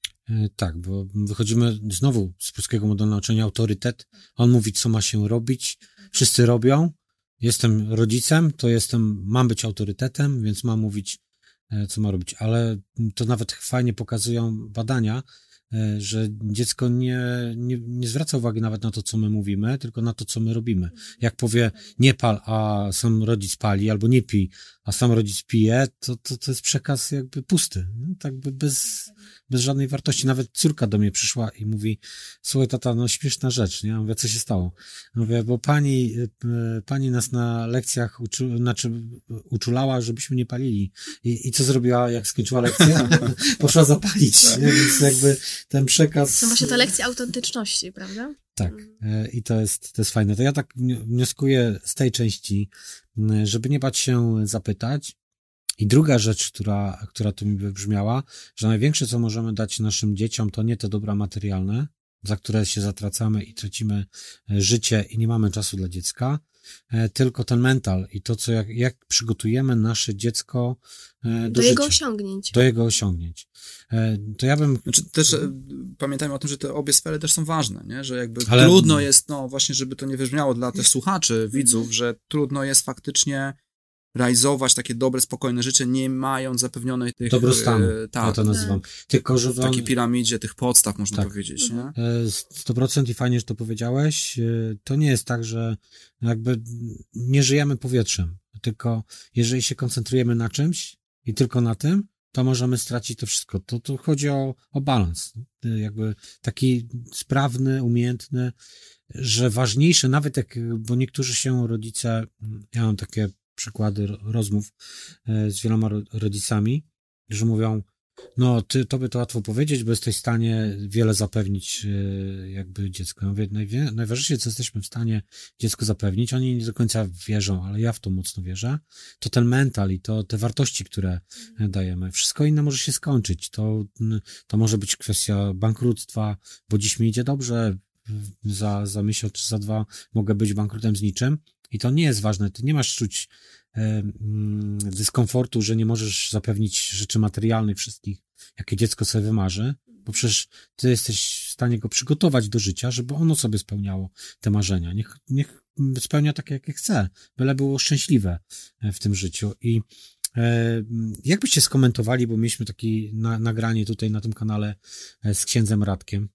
E, Tak, bo wychodzimy znowu z polskiego modelu nauczania autorytet. On mówi, co ma się robić. Wszyscy robią. Jestem rodzicem, to jestem, mam być autorytetem, więc mam mówić, e, co ma robić. Ale to nawet fajnie pokazują badania, e, że dziecko nie, nie, nie zwraca uwagi nawet na to, co my mówimy, tylko na to, co my robimy. Jak powie nie pal, a sam rodzic pali, albo nie pij, a sam rodzic pije, to, to, to jest przekaz jakby pusty. No, tak by bez, bez żadnej wartości. Nawet córka do mnie przyszła i mówi, słuchaj tata, no śmieszna rzecz, nie? Ja mówię, co się stało? Mówię, bo pani, e, pani nas na lekcjach uczu, znaczy, uczulała, żebyśmy nie palili. I, i co zrobiła, jak skończyła lekcję? Poszła zapalić. Nie? Więc jakby ten przekaz... To właśnie te lekcje autentyczności, prawda? Tak, e, i to jest, to jest fajne. To ja tak wni- wnioskuję z tej części, m, żeby nie bać się zapytać. I druga rzecz, która, która tu mi wybrzmiała, że największe, co możemy dać naszym dzieciom, to nie te dobra materialne, za które się zatracamy i tracimy e, życie i nie mamy czasu dla dziecka, e, tylko ten mental i to, co jak, jak przygotujemy nasze dziecko e, do, Do życia, jego osiągnięć. do jego osiągnięć. E, to ja bym... Znaczy też e, pamiętajmy o tym, że te obie sfery też są ważne, nie? Że jakby Ale- trudno jest, no właśnie, żeby to nie wybrzmiało dla też słuchaczy, widzów, że trudno jest faktycznie realizować takie dobre, spokojne życie, nie mając zapewnionej tych... Dobrostanu, e, tak, ja to nazywam. Tylko, że w takiej piramidzie tych podstaw, można Tak. powiedzieć, nie? E, sto procent i fajnie, że to powiedziałeś. E, To nie jest tak, że jakby nie żyjemy powietrzem. Tylko jeżeli się koncentrujemy na czymś i tylko na tym, to możemy stracić to wszystko. To, to chodzi o, o balans. Jakby taki sprawny, umiejętny, że ważniejsze, nawet jak, bo niektórzy się rodzice, ja mam takie przykłady rozmów z wieloma rodzicami, że mówią, no ty, tobie to łatwo powiedzieć, bo jesteś w stanie wiele zapewnić jakby dziecku. Ja mówię, najwie, najważniejsze, co jesteśmy w stanie dziecku zapewnić, oni nie do końca wierzą, ale ja w to mocno wierzę, to ten mental i to te wartości, które dajemy. Wszystko inne może się skończyć. To, to może być kwestia bankructwa, bo dziś mi idzie dobrze, za, za miesiąc czy za dwa mogę być bankrutem z niczym i to nie jest ważne. Ty nie masz czuć dyskomfortu, że nie możesz zapewnić rzeczy materialnych wszystkich, jakie dziecko sobie wymarzy, bo przecież ty jesteś w stanie go przygotować do życia, żeby ono sobie spełniało te marzenia. Niech, niech spełnia takie, jakie chce, byle było szczęśliwe w tym życiu. I e, jakbyście skomentowali, bo mieliśmy takie na, nagranie tutaj na tym kanale z księdzem Radkiem,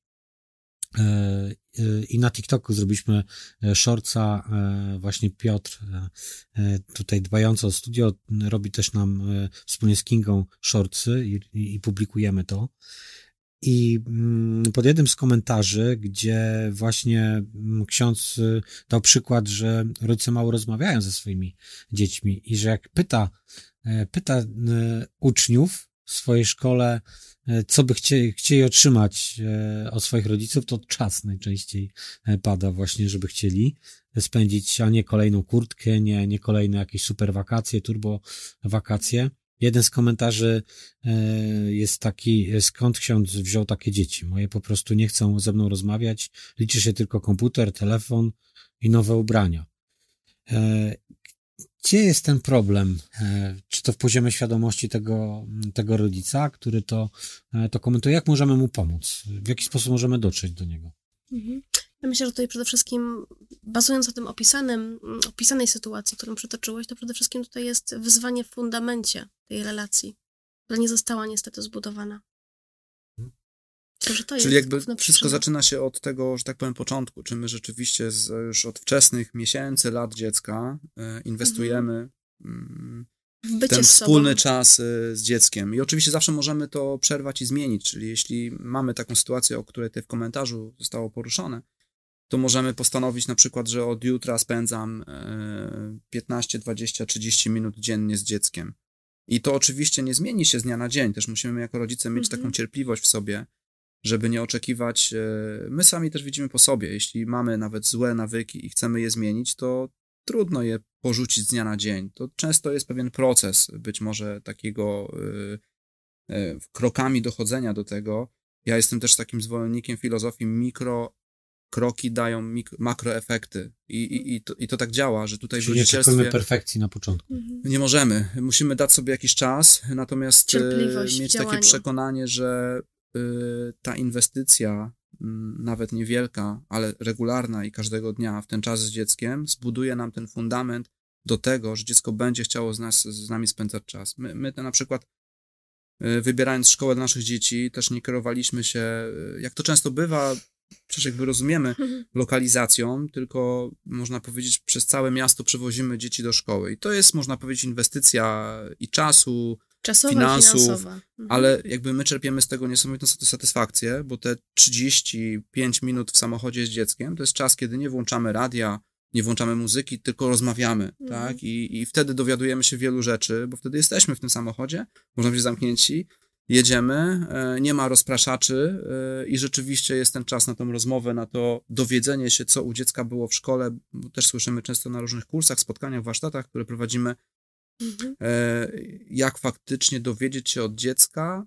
i na TikToku zrobiliśmy shortsa, właśnie Piotr tutaj dbający o studio robi też nam wspólnie z Kingą shortsy i, i publikujemy to. I pod jednym z komentarzy, gdzie właśnie ksiądz dał przykład, że rodzice mało rozmawiają ze swoimi dziećmi i że jak pyta, pyta uczniów w swojej szkole, co by chcieli, chcieli otrzymać od swoich rodziców, to czas najczęściej pada właśnie, żeby chcieli spędzić, a nie kolejną kurtkę, nie, nie kolejne jakieś super wakacje, turbo wakacje. Jeden z komentarzy jest taki, skąd ksiądz wziął takie dzieci? Moje po prostu nie chcą ze mną rozmawiać, liczy się tylko komputer, telefon i nowe ubrania. Gdzie jest ten problem? Czy to w poziomie świadomości tego, tego rodzica, który to, to komentuje? Jak możemy mu pomóc? W jaki sposób możemy dotrzeć do niego? Mhm. Ja myślę, że tutaj przede wszystkim, bazując na tym opisanym, opisanej sytuacji, którą przytoczyłeś, to przede wszystkim tutaj jest wyzwanie w fundamencie tej relacji, która nie została niestety zbudowana. To, że to Czyli jest jakby wszystko przyczyna. zaczyna się od tego, że tak powiem, początku. Czy my rzeczywiście z, już od wczesnych miesięcy, lat dziecka e, inwestujemy mm. w bycie ten z wspólny sobą. czas e, z dzieckiem. I oczywiście zawsze możemy to przerwać i zmienić. Czyli jeśli mamy taką sytuację, o której tutaj w komentarzu zostało poruszone, to możemy postanowić na przykład, że od jutra spędzam e, piętnaście, dwadzieścia, trzydzieści minut dziennie z dzieckiem. I to oczywiście nie zmieni się z dnia na dzień. Też musimy jako rodzice mieć Mhm. taką cierpliwość w sobie, żeby nie oczekiwać, my sami też widzimy po sobie, jeśli mamy nawet złe nawyki i chcemy je zmienić, to trudno je porzucić z dnia na dzień. To często jest pewien proces, być może takiego y, y, krokami dochodzenia do tego. Ja jestem też takim zwolennikiem filozofii mikro kroki dają mik- makroefekty I, i, i, to, i to tak działa, że tutaj w Czyli nie rodzicielstwie oczekujemy perfekcji na początku. Mhm. nie możemy. Musimy dać sobie jakiś czas, natomiast Cierpliwość mieć w takie działaniu. przekonanie, że y, ta inwestycja, y, nawet niewielka, ale regularna i każdego dnia w ten czas z dzieckiem, zbuduje nam ten fundament do tego, że dziecko będzie chciało z, nas, z nami spędzać czas. My, my to na przykład y, wybierając szkołę dla naszych dzieci, też nie kierowaliśmy się, y, jak to często bywa, przecież jakby rozumiemy lokalizacją, tylko można powiedzieć przez całe miasto przewozimy dzieci do szkoły. I to jest, można powiedzieć, inwestycja i czasu, Czasowa finansów, i finansowa. Mhm. ale jakby my czerpiemy z tego niesamowitą satysfakcję, bo te trzydzieści pięć minut w samochodzie z dzieckiem to jest czas, kiedy nie włączamy radia, nie włączamy muzyki, tylko rozmawiamy, Mhm. tak? I, I wtedy dowiadujemy się wielu rzeczy, bo wtedy jesteśmy w tym samochodzie, można być zamknięci, jedziemy, nie ma rozpraszaczy i rzeczywiście jest ten czas na tą rozmowę, na to dowiedzenie się, co u dziecka było w szkole, bo też słyszymy często na różnych kursach, spotkaniach, warsztatach, które prowadzimy, Mhm. jak faktycznie dowiedzieć się od dziecka,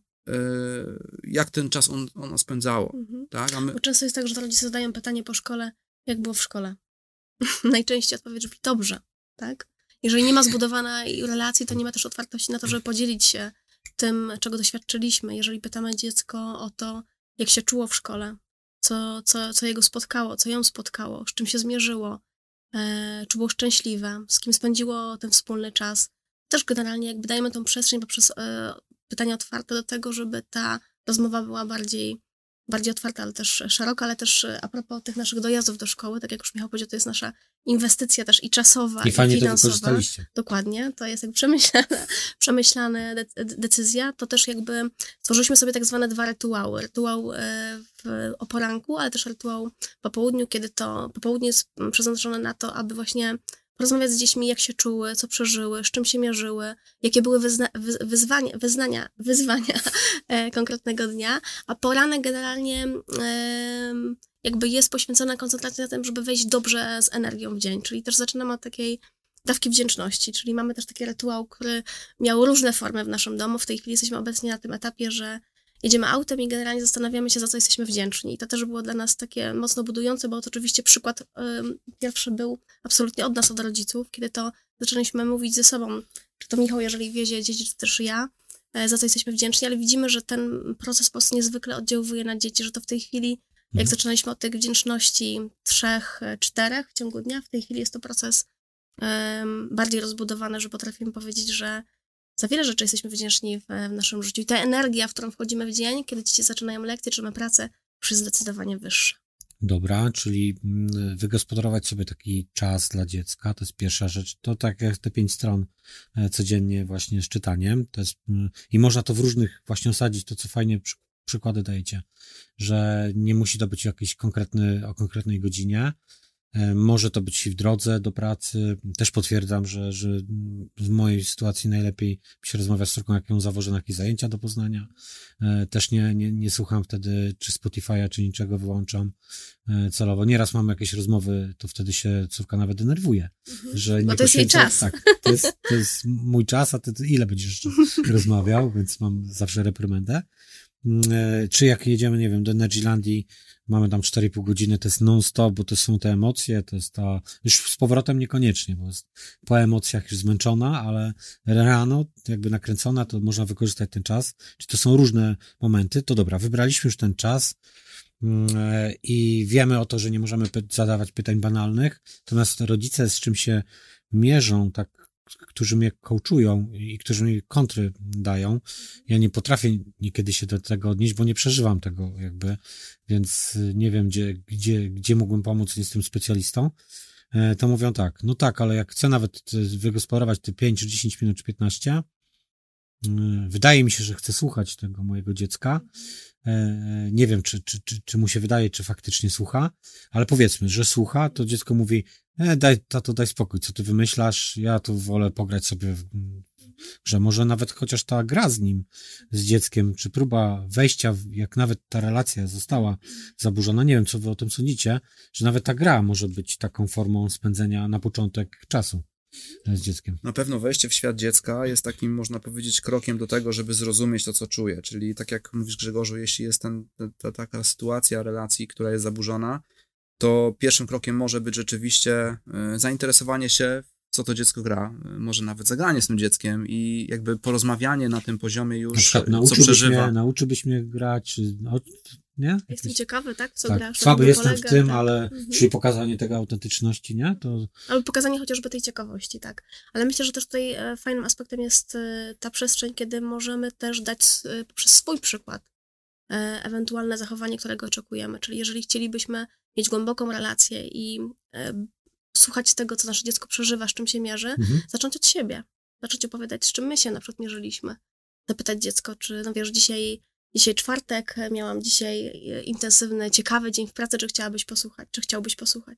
jak ten czas on, ono spędzało. Mhm. Tak? A my... Bo często jest tak, że rodzice zadają pytanie po szkole, jak było w szkole. Najczęściej odpowiedź brzmi dobrze, tak? Jeżeli nie ma zbudowanej relacji, to nie ma też otwartości na to, żeby podzielić się tym, czego doświadczyliśmy. Jeżeli pytamy dziecko o to, jak się czuło w szkole, co, co, co jego spotkało, co ją spotkało, z czym się zmierzyło, e, czy było szczęśliwe, z kim spędziło ten wspólny czas. Też generalnie jakby dajemy tą przestrzeń poprzez e, pytania otwarte do tego, żeby ta rozmowa była bardziej, bardziej otwarta, ale też szeroka, ale też a propos tych naszych dojazdów do szkoły, tak jak już Michał powiedział, to jest nasza inwestycja też i czasowa, I i, fajnie i to finansowa. wykorzystaliście. Dokładnie, to jest jakby przemyślana, przemyślana de- decyzja. To też jakby stworzyliśmy sobie tak zwane dwa rytuały. Rytuał e, w, o poranku, ale też rytuał po południu, kiedy to popołudnie jest przeznaczone na to, aby właśnie porozmawiać z dziećmi, jak się czuły, co przeżyły, z czym się mierzyły, jakie były wyzna- wy- wyzwania, wyznania, wyzwania e, konkretnego dnia, a poranek generalnie e, jakby jest poświęcona koncentracja na tym, żeby wejść dobrze z energią w dzień, czyli też zaczynamy od takiej dawki wdzięczności, czyli mamy też taki rytuał, który miał różne formy w naszym domu. W tej chwili jesteśmy obecnie na tym etapie, że jedziemy autem i generalnie zastanawiamy się, za co jesteśmy wdzięczni. I to też było dla nas takie mocno budujące, bo to oczywiście przykład ym, pierwszy był absolutnie od nas, od rodziców, kiedy to zaczęliśmy mówić ze sobą, czy to Michał, jeżeli wiezie dzieci, czy też ja, e, za co jesteśmy wdzięczni, ale widzimy, że ten proces po prostu niezwykle oddziałuje na dzieci, że to w tej chwili, jak Mhm. zaczynaliśmy od tej wdzięczności trzech, e, czterech w ciągu dnia, w tej chwili jest to proces ym, bardziej rozbudowany, że potrafimy powiedzieć, że za wiele rzeczy jesteśmy wdzięczni w, w naszym życiu. I ta energia, w którą wchodzimy w dzień, kiedy dzieci zaczynają lekcje, czy my pracę, już jest zdecydowanie wyższa. Dobra, czyli mm, wygospodarować sobie taki czas dla dziecka, to jest pierwsza rzecz. To tak jak te pięć stron e, codziennie właśnie z czytaniem. To jest, mm, i można to w różnych właśnie osadzić, to co fajnie przy, przykłady dajecie, że nie musi to być jakiś konkretny, o konkretnej godzinie. E, może to być i w drodze do pracy. Też potwierdzam, że, że w mojej sytuacji najlepiej mi się rozmawia z córką, jak ją zawożę na jakieś zajęcia do Poznania. E, też nie, nie, nie słucham wtedy czy Spotify'a, czy niczego, wyłączam e, celowo. Nieraz mam jakieś rozmowy, to wtedy się córka nawet denerwuje. Mhm. Że nie Bo to jest jej poświęca- czas. Tak, to jest, to jest mój czas, a ty, ty ile będziesz jeszcze rozmawiał, więc mam zawsze reprymendę. E, Czy jak jedziemy, nie wiem, do Energylandii, mamy tam cztery i pół godziny, to jest non-stop, bo to są te emocje, to jest ta, już z powrotem niekoniecznie, bo jest po emocjach już zmęczona, ale rano jakby nakręcona, to można wykorzystać ten czas. Czy to są różne momenty? To dobra, wybraliśmy już ten czas mm, e, i wiemy o to, że nie możemy py- zadawać pytań banalnych, natomiast rodzice, z czym się mierzą, tak, którzy mnie coachują i którzy mi kontry dają, ja nie potrafię niekiedy się do tego odnieść, bo nie przeżywam tego jakby, więc y, nie wiem, gdzie, gdzie, gdzie mógłbym pomóc, nie jestem specjalistą, e, to mówią tak, no tak, ale jak chcę nawet y, wygospodarować te pięć, czy dziesięć minut, czy piętnaście, y, wydaje mi się, że chcę słuchać tego mojego dziecka, e, nie wiem, czy, czy, czy, czy mu się wydaje, czy faktycznie słucha, ale powiedzmy, że słucha, to dziecko mówi, e, daj, tato, daj spokój, co ty wymyślasz, ja tu wolę pograć sobie w, że może nawet chociaż ta gra z nim, z dzieckiem, czy próba wejścia, w, jak nawet ta relacja została zaburzona, nie wiem, co wy o tym sądzicie, że nawet ta gra może być taką formą spędzenia na początek czasu z dzieckiem. Na pewno wejście w świat dziecka jest takim, można powiedzieć, krokiem do tego, żeby zrozumieć to, co czuje. Czyli tak jak mówisz, Grzegorzu, jeśli jest ten, ta, taka sytuacja relacji, która jest zaburzona, to pierwszym krokiem może być rzeczywiście y, zainteresowanie się, co to dziecko gra. Y, może nawet zagranie z tym dzieckiem i jakby porozmawianie na tym poziomie Na już, przykład co nauczyłbyś przeżywa. mnie, nauczyłbyś mnie grać, czy, no, nie? Jestem ciekawy, tak? W co Tak, grasz? słaby na czym jestem polega, w tym, tak? ale Mhm. czyli pokazanie tego autentyczności, nie? To Albo pokazanie chociażby tej ciekawości, tak. Ale myślę, że też tutaj e, fajnym aspektem jest e, ta przestrzeń, kiedy możemy też dać e, poprzez swój przykład e, ewentualne zachowanie, którego oczekujemy. Czyli jeżeli chcielibyśmy mieć głęboką relację i e, słuchać tego, co nasze dziecko przeżywa, z czym się mierzy, mhm. zacząć od siebie. Zacząć opowiadać, z czym my się na przykład mierzyliśmy. Zapytać dziecko, czy no wiesz, dzisiaj, dzisiaj czwartek, miałam dzisiaj e, intensywny, ciekawy dzień w pracy, czy chciałabyś posłuchać, czy chciałbyś posłuchać.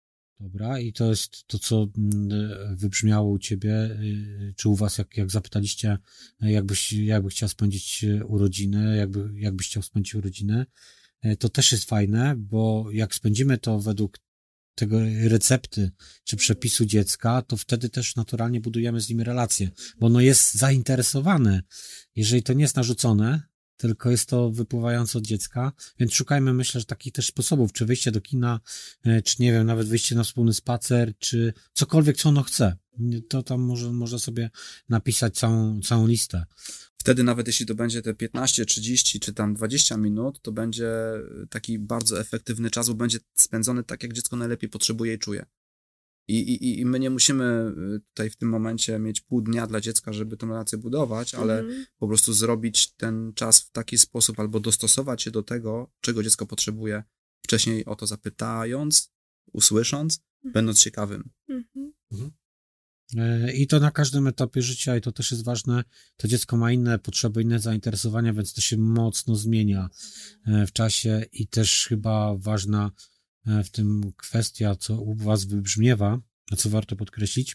Dobra, i to jest to, co mm, wybrzmiało u ciebie, y, czy u was, jak, jak zapytaliście, jakbyś, jakby chciał spędzić urodziny, jakby, jakbyś chciał spędzić urodziny, y, to też jest fajne, bo jak spędzimy to według tego recepty, czy przepisu dziecka, to wtedy też naturalnie budujemy z nim relacje, bo ono jest zainteresowane. Jeżeli to nie jest narzucone, tylko jest to wypływające od dziecka, więc szukajmy, myślę, że takich też sposobów, czy wyjście do kina, czy nie wiem, nawet wyjście na wspólny spacer, czy cokolwiek, co ono chce. To tam może, można sobie napisać całą, całą listę. Wtedy nawet jeśli to będzie te piętnaście, trzydzieści czy tam dwadzieścia minut, to będzie taki bardzo efektywny czas, bo będzie spędzony tak, jak dziecko najlepiej potrzebuje i czuje. I, i, I my nie musimy tutaj w tym momencie mieć pół dnia dla dziecka, żeby tę relację budować, ale Mhm. po prostu zrobić ten czas w taki sposób albo dostosować się do tego, czego dziecko potrzebuje, wcześniej o to zapytając usłysząc, będąc ciekawym. Mhm. Mhm. I to na każdym etapie życia, i to też jest ważne, to dziecko ma inne potrzeby, inne zainteresowania, więc to się mocno zmienia w czasie i też chyba ważna w tym kwestia, co u was wybrzmiewa, a co warto podkreślić,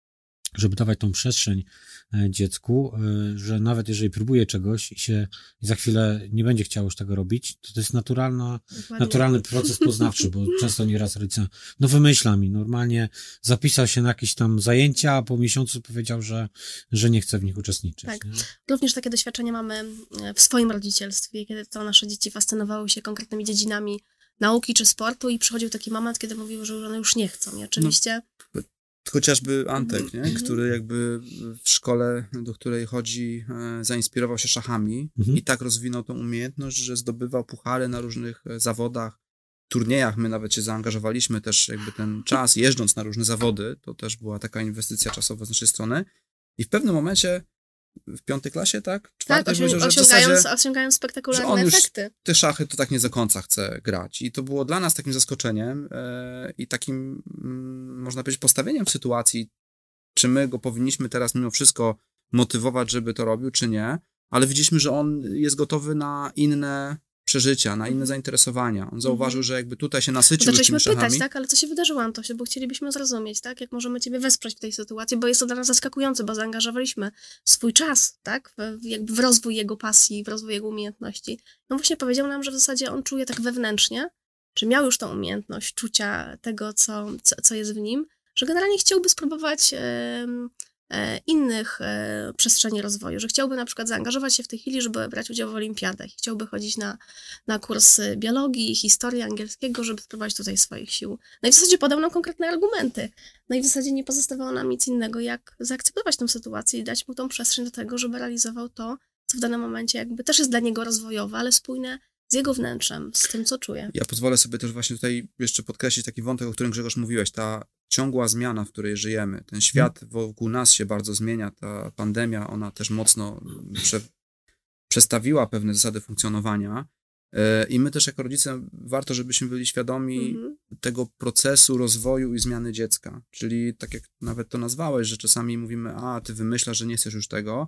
żeby dawać tą przestrzeń dziecku, że nawet jeżeli próbuje czegoś i się i za chwilę nie będzie chciało już tego robić, to to jest naturalna, naturalny proces poznawczy, bo często nieraz rodzice, no wymyśla mi, normalnie zapisał się na jakieś tam zajęcia, a po miesiącu powiedział, że, że nie chce w nich uczestniczyć. Tak. Nie? Również takie doświadczenia mamy w swoim rodzicielstwie, kiedy to nasze dzieci fascynowały się konkretnymi dziedzinami nauki czy sportu i przychodził taki moment, kiedy mówiły, że one już nie chcą. I oczywiście... No. Chociażby Antek, nie? Który jakby w szkole, do której chodzi, e, zainspirował się szachami Mhm. i tak rozwinął tą umiejętność, że zdobywał puchary na różnych e, zawodach, turniejach. My nawet się zaangażowaliśmy też jakby ten czas, jeżdżąc na różne zawody. To też była taka inwestycja czasowa z naszej strony. I w pewnym momencie, w piątej klasie, tak? Tak, Czwartej, osią- powiedział, że w osiągając, zasadzie osiągając że spektakularne on już efekty. te szachy to tak nie do końca chce grać. I to było dla nas takim zaskoczeniem e, i takim, mm, można powiedzieć, postawieniem w sytuacji, czy my go powinniśmy teraz mimo wszystko motywować, żeby to robił, czy nie, ale widzieliśmy, że on jest gotowy na inne przeżycia, na inne Mhm. zainteresowania. On zauważył, Mhm. że jakby tutaj się To nasycił już zaczęliśmy tymi pytać, szachami. tak, ale co się wydarzyło, Antosie, bo chcielibyśmy zrozumieć, tak, jak możemy ciebie wesprzeć w tej sytuacji, bo jest to dla nas zaskakujące, bo zaangażowaliśmy swój czas, tak, w, jakby w rozwój jego pasji, w rozwój jego umiejętności. No właśnie powiedział nam, że w zasadzie on czuje tak wewnętrznie, czy miał już tą umiejętność czucia tego, co, co, co jest w nim, że generalnie chciałby spróbować em, e, innych e, przestrzeni rozwoju, że chciałby na przykład zaangażować się w tej chwili, żeby brać udział w olimpiadach, chciałby chodzić na, na kursy biologii, historii, angielskiego, żeby spróbować tutaj swoich sił. No i w zasadzie podał nam konkretne argumenty. No i w zasadzie nie pozostawało nam nic innego, jak zaakceptować tę sytuację i dać mu tą przestrzeń do tego, żeby realizował to, co w danym momencie jakby też jest dla niego rozwojowe, ale spójne z jego wnętrzem, z tym, co czuje. Ja pozwolę sobie też właśnie tutaj jeszcze podkreślić taki wątek, o którym Grzegorz mówiłeś, ta ciągła zmiana, w której żyjemy. Ten świat wokół nas się bardzo zmienia, ta pandemia, ona też mocno prze, przestawiła pewne zasady funkcjonowania e, i my też jako rodzice warto, żebyśmy byli świadomi Mhm. tego procesu rozwoju i zmiany dziecka. Czyli tak jak nawet to nazwałeś, że czasami mówimy, a ty wymyślasz, że nie chcesz już tego.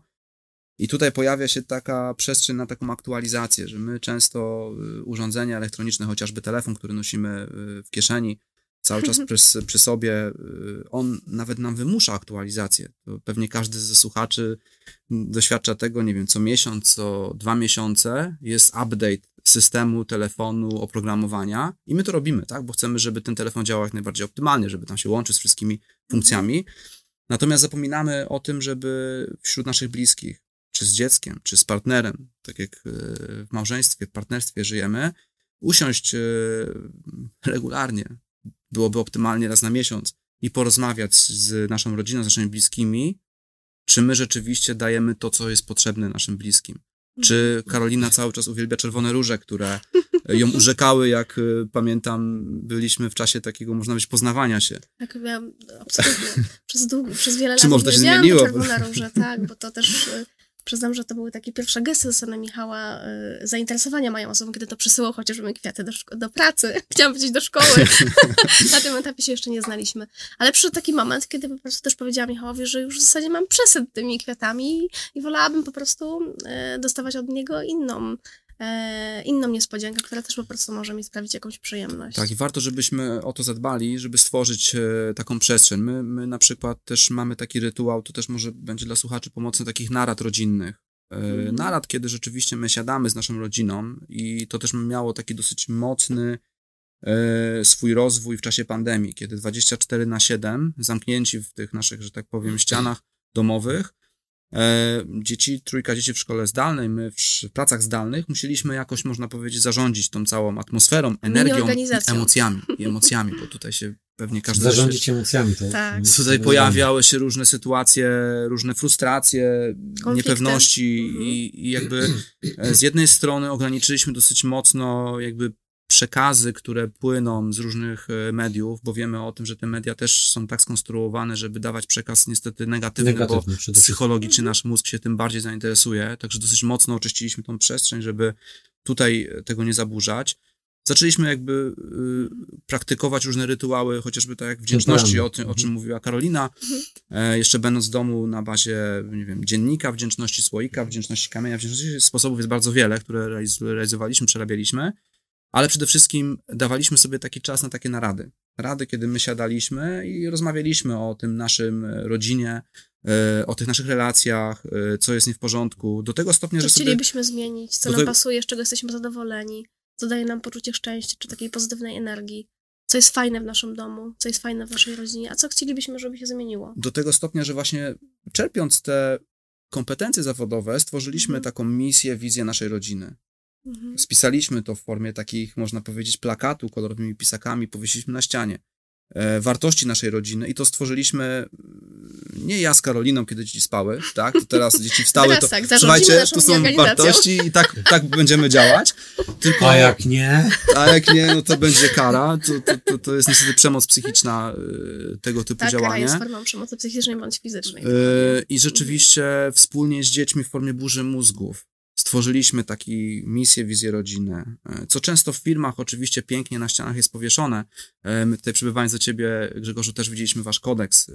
I tutaj pojawia się taka przestrzeń na taką aktualizację, że my często y, urządzenia elektroniczne, chociażby telefon, który nosimy y, w kieszeni, cały czas przy, przy sobie, y, on nawet nam wymusza aktualizację. To pewnie każdy ze słuchaczy doświadcza tego, nie wiem, co miesiąc, co dwa miesiące jest update systemu, telefonu, oprogramowania i my to robimy, tak, bo chcemy, żeby ten telefon działał jak najbardziej optymalnie, żeby tam się łączyć z wszystkimi funkcjami. Natomiast zapominamy o tym, żeby wśród naszych bliskich, czy z dzieckiem, czy z partnerem, tak jak w małżeństwie, w partnerstwie żyjemy, usiąść regularnie, byłoby optymalnie raz na miesiąc i porozmawiać z naszą rodziną, z naszymi bliskimi, czy my rzeczywiście dajemy to, co jest potrzebne naszym bliskim. Czy Karolina cały czas uwielbia czerwone róże, które ją urzekały, jak pamiętam, byliśmy w czasie takiego, można powiedzieć, poznawania się. Tak, miałam absolutnie przez długo, przez wiele lat Czy może to się uwielbiałam zmieniło? te czerwone róże, tak, bo to też y, przyznam, że to były takie pierwsze gesty ze strony Michała y, zainteresowania moją osobą, kiedy to przysyłał chociażby kwiaty do, szko- do pracy. Chciałam powiedzieć do szkoły. Na tym etapie się jeszcze nie znaliśmy. Ale przyszedł taki moment, kiedy po prostu też powiedziałam Michałowi, że już w zasadzie mam przesyt tymi kwiatami i, i wolałabym po prostu y, dostawać od niego inną E, inną niespodziankę, która też po prostu może mi sprawić jakąś przyjemność. Tak, i warto, żebyśmy o to zadbali, żeby stworzyć e, taką przestrzeń. My, my na przykład też mamy taki rytuał, to też może będzie dla słuchaczy pomocne, takich narad rodzinnych. E, Mhm. Narad, kiedy rzeczywiście my siadamy z naszą rodziną i to też miało taki dosyć mocny e, swój rozwój w czasie pandemii, kiedy dwadzieścia cztery na siedem, zamknięci w tych naszych, że tak powiem, ścianach domowych, E, dzieci, trójka dzieci w szkole zdalnej, my w sz- pracach zdalnych musieliśmy jakoś, można powiedzieć, zarządzić tą całą atmosferą, energią i organizacją. emocjami, i emocjami, bo tutaj się pewnie każdy... Zarządzić emocjami. To, Tak. to Tutaj to pojawiały się różne sytuacje, różne frustracje, Konflikty. niepewności Mhm. i, i jakby e, z jednej strony ograniczyliśmy dosyć mocno jakby przekazy, które płyną z różnych e, mediów, bo wiemy o tym, że te media też są tak skonstruowane, żeby dawać przekaz niestety negatywny, Negatywny bo przede wszystkim. psychologicznie nasz mózg się tym bardziej zainteresuje, także dosyć mocno oczyściliśmy tą przestrzeń, żeby tutaj tego nie zaburzać. zaczęliśmy jakby y, praktykować różne rytuały, chociażby tak jak wdzięczności, o, tym, o czym mówiła Karolina, e, jeszcze będąc w domu na bazie, nie wiem, dziennika wdzięczności, słoika wdzięczności, kamienia wdzięczności. Sposobów jest bardzo wiele, które realizowaliśmy, przerabialiśmy, ale przede wszystkim dawaliśmy sobie taki czas na takie narady. Rady, kiedy my siadaliśmy i rozmawialiśmy o tym naszym rodzinie, o tych naszych relacjach, co jest nie w porządku, do tego stopnia, co że sobie... chcielibyśmy zmienić, co nam tego... pasuje, z czego jesteśmy zadowoleni, co daje nam poczucie szczęścia, czy takiej pozytywnej energii, co jest fajne w naszym domu, co jest fajne w naszej rodzinie, a co chcielibyśmy, żeby się zmieniło. Do tego stopnia, że właśnie czerpiąc te kompetencje zawodowe, stworzyliśmy mhm. taką misję, wizję naszej rodziny. Mhm. Spisaliśmy to w formie takich, można powiedzieć, plakatu kolorowymi pisakami, powiesiliśmy na ścianie. E, wartości naszej rodziny i to stworzyliśmy nie ja z Karoliną, kiedy dzieci spały, tak? To teraz dzieci wstały, teraz to tak, słuchajcie, tu są wartości i tak, tak będziemy działać. Tylko, a jak nie? A jak nie, no to będzie kara. To, to, to, to jest niestety przemoc psychiczna, tego typu tak, działanie. Tak, jest formą przemocy psychicznej bądź fizycznej. E, I rzeczywiście mhm. wspólnie z dziećmi w formie burzy mózgów stworzyliśmy taką misję, wizję rodziny, co często w filmach oczywiście pięknie na ścianach jest powieszone. My tutaj przybywając do ciebie, Grzegorzu, też widzieliśmy wasz kodeks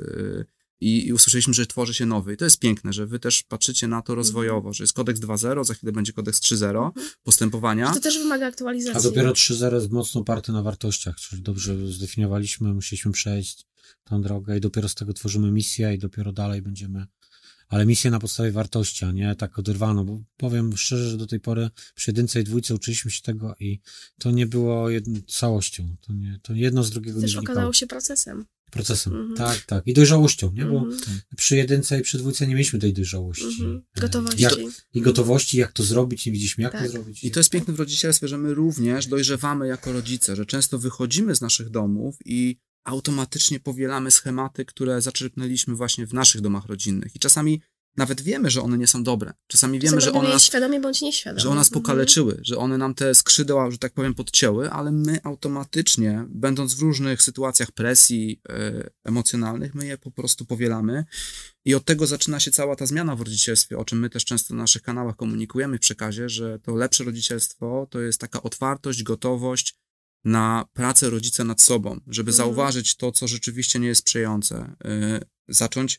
i, i usłyszeliśmy, że tworzy się nowy. I to jest piękne, że wy też patrzycie na to rozwojowo, mm. że jest kodeks dwa zero, za chwilę będzie kodeks trzy zero mm. postępowania. To też wymaga aktualizacji. A dopiero trzy zero jest mocno oparte na wartościach, czyli dobrze zdefiniowaliśmy, musieliśmy przejść tą drogę i dopiero z tego tworzymy misję i dopiero dalej będziemy... Ale misję na podstawie wartości, a nie tak oderwano, bo powiem szczerze, że do tej pory przy jedynce i dwójce uczyliśmy się tego i to nie było jedno, całością, to, nie, to jedno z drugiego też nie wynikało. Też okazało się procesem. Procesem, mhm. tak, tak. I dojrzałością, nie? Bo mhm. przy jedynce i przy dwójce nie mieliśmy tej dojrzałości. Mhm. Gotowości. Jak, I gotowości, jak to zrobić, nie widzieliśmy, jak tak. to zrobić. I to jest piękne w rodzicielstwie, że my również dojrzewamy jako rodzice, że często wychodzimy z naszych domów i automatycznie powielamy schematy, które zaczerpnęliśmy właśnie w naszych domach rodzinnych. I czasami nawet wiemy, że one nie są dobre. Czasami wiemy, że one nas, świadomie bądź nieświadomie. że one nas pokaleczyły, że one nam te skrzydła, że tak powiem, podcięły, ale my automatycznie, będąc w różnych sytuacjach presji e, emocjonalnych, my je po prostu powielamy i od tego zaczyna się cała ta zmiana w rodzicielstwie, o czym my też często na naszych kanałach komunikujemy w przekazie, że to lepsze rodzicielstwo to jest taka otwartość, gotowość na pracę rodzica nad sobą, żeby mhm. zauważyć to, co rzeczywiście nie jest sprzyjające, e, zacząć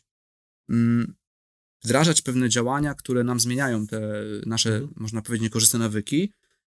mm, wdrażać pewne działania, które nam zmieniają te nasze, mhm. można powiedzieć, niekorzystne nawyki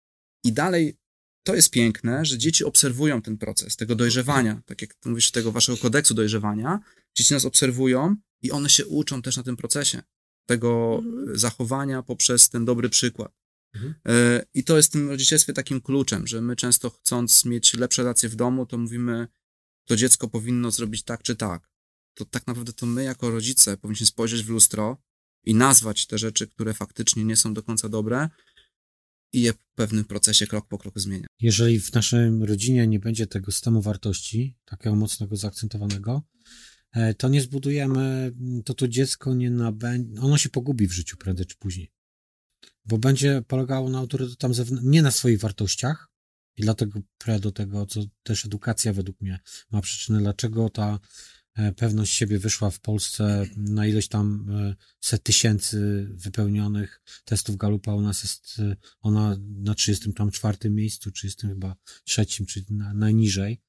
i dalej to jest piękne, że dzieci obserwują ten proces, tego dojrzewania, tak jak mówisz, tego waszego kodeksu dojrzewania, dzieci nas obserwują i one się uczą też na tym procesie, tego mhm. zachowania poprzez ten dobry przykład. Mhm. I to jest w tym rodzicielstwie takim kluczem, że my często chcąc mieć lepsze relacje w domu, to mówimy, to dziecko powinno zrobić tak czy tak. To tak naprawdę to my jako rodzice powinniśmy spojrzeć w lustro i nazwać te rzeczy, które faktycznie nie są do końca dobre i je w pewnym procesie krok po kroku zmieniać. Jeżeli w naszej rodzinie nie będzie tego systemu wartości, takiego mocnego, zaakcentowanego, to nie zbudujemy, to to dziecko nie nabędzie, ono się pogubi w życiu prędzej czy później, bo będzie polegało na autorytetem zewnętrznym, nie na swoich wartościach i dlatego pre do tego, co też edukacja według mnie ma przyczynę, dlaczego ta pewność siebie wyszła w Polsce na ilość tam set tysięcy wypełnionych testów Gallupa. U nas jest ona na trzydziestym czwartym miejscu, trzydziestym chyba trzecim, czyli na, najniżej.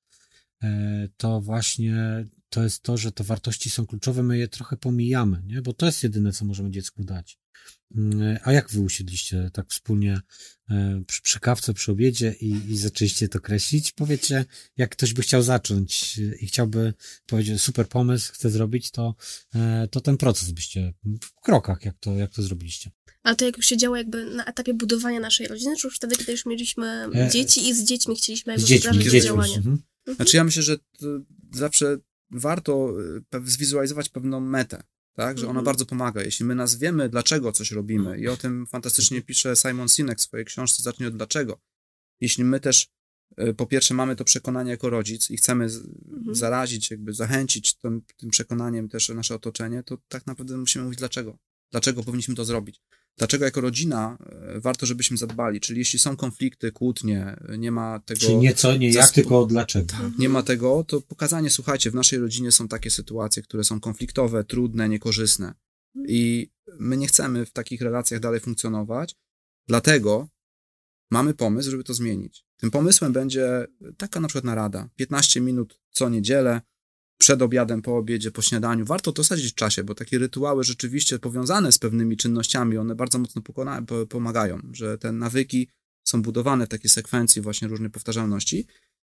To właśnie to jest to, że te wartości są kluczowe, my je trochę pomijamy, nie? Bo to jest jedyne, co możemy dziecku dać. A jak wy usiedliście tak wspólnie przy, przy kawce, przy obiedzie i, i zaczęliście to kreślić? Powiecie, jak ktoś by chciał zacząć i chciałby powiedzieć, super pomysł, chcę zrobić, to, to ten proces byście w krokach, jak to, jak to zrobiliście. Ale to jak już się działo jakby na etapie budowania naszej rodziny, czy już wtedy, kiedy już mieliśmy e... dzieci i z dziećmi chcieliśmy jakby wdrażać działanie? Mhm. Znaczy ja myślę, że zawsze warto zwizualizować pewną metę. Tak, że ona mm-hmm. bardzo pomaga. Jeśli my nazwiemy, dlaczego coś robimy i o tym fantastycznie pisze Simon Sinek w swojej książce Zacznij od dlaczego. Jeśli my też po pierwsze mamy to przekonanie jako rodzic i chcemy mm-hmm. zarazić, jakby zachęcić tym, tym przekonaniem też nasze otoczenie, to tak naprawdę musimy mówić dlaczego. Dlaczego powinniśmy to zrobić. Dlaczego jako rodzina warto, żebyśmy zadbali. Czyli jeśli są konflikty, kłótnie, nie ma tego... Czyli nie co, nie jak, tylko dlaczego. Tak, mhm. Nie ma tego, to pokazanie, słuchajcie, w naszej rodzinie są takie sytuacje, które są konfliktowe, trudne, niekorzystne i my nie chcemy w takich relacjach dalej funkcjonować, dlatego mamy pomysł, żeby to zmienić. Tym pomysłem będzie taka na przykład narada, piętnaście minut co niedzielę, przed obiadem, po obiedzie, po śniadaniu. Warto to sadzić w czasie, bo takie rytuały rzeczywiście powiązane z pewnymi czynnościami, one bardzo mocno pokona- po- pomagają, że te nawyki są budowane w takiej sekwencji właśnie różnej powtarzalności.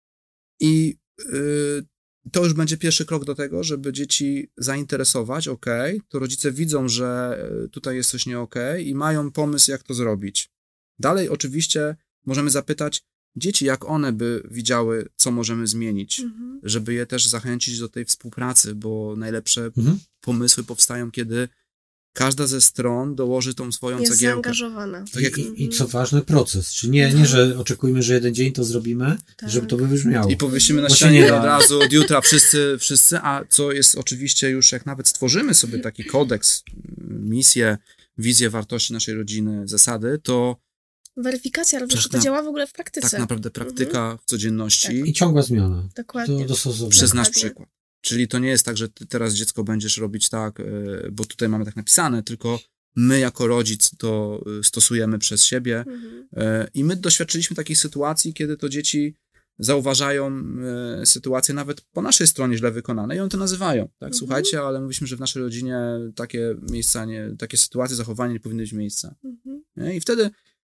I yy, to już będzie pierwszy krok do tego, żeby dzieci zainteresować, ok, to rodzice widzą, że tutaj jest coś nie ok i mają pomysł, jak to zrobić. Dalej oczywiście możemy zapytać dzieci, jak one by widziały, co możemy zmienić, mhm. żeby je też zachęcić do tej współpracy, bo najlepsze mhm. pomysły powstają, kiedy każda ze stron dołoży tą swoją jest cegiełkę. zaangażowana. Tak jak... I, I co ważne, proces. Czy nie, nie, że oczekujmy, że jeden dzień to zrobimy, tak. żeby to wybrzmiało. I powiesimy na ścianie od razu od jutra wszyscy, wszyscy, a co jest oczywiście już, jak nawet stworzymy sobie taki kodeks, misję, wizję wartości naszej rodziny, zasady, to weryfikacja również, że to na, działa w ogóle w praktyce. Tak naprawdę praktyka mhm. w codzienności. Tak. I ciągła zmiana. Dokładnie. Do, do Przez nasz przykład. Czyli to nie jest tak, że ty teraz dziecko będziesz robić tak, bo tutaj mamy tak napisane, tylko my jako rodzic to stosujemy przez siebie mhm. i my doświadczyliśmy takich sytuacji, kiedy to dzieci zauważają sytuacje nawet po naszej stronie źle wykonane i one to nazywają. Tak, mhm. słuchajcie, ale mówiliśmy, że w naszej rodzinie takie miejsca, nie, takie sytuacje, zachowania nie powinny mieć miejsca. Mhm. I wtedy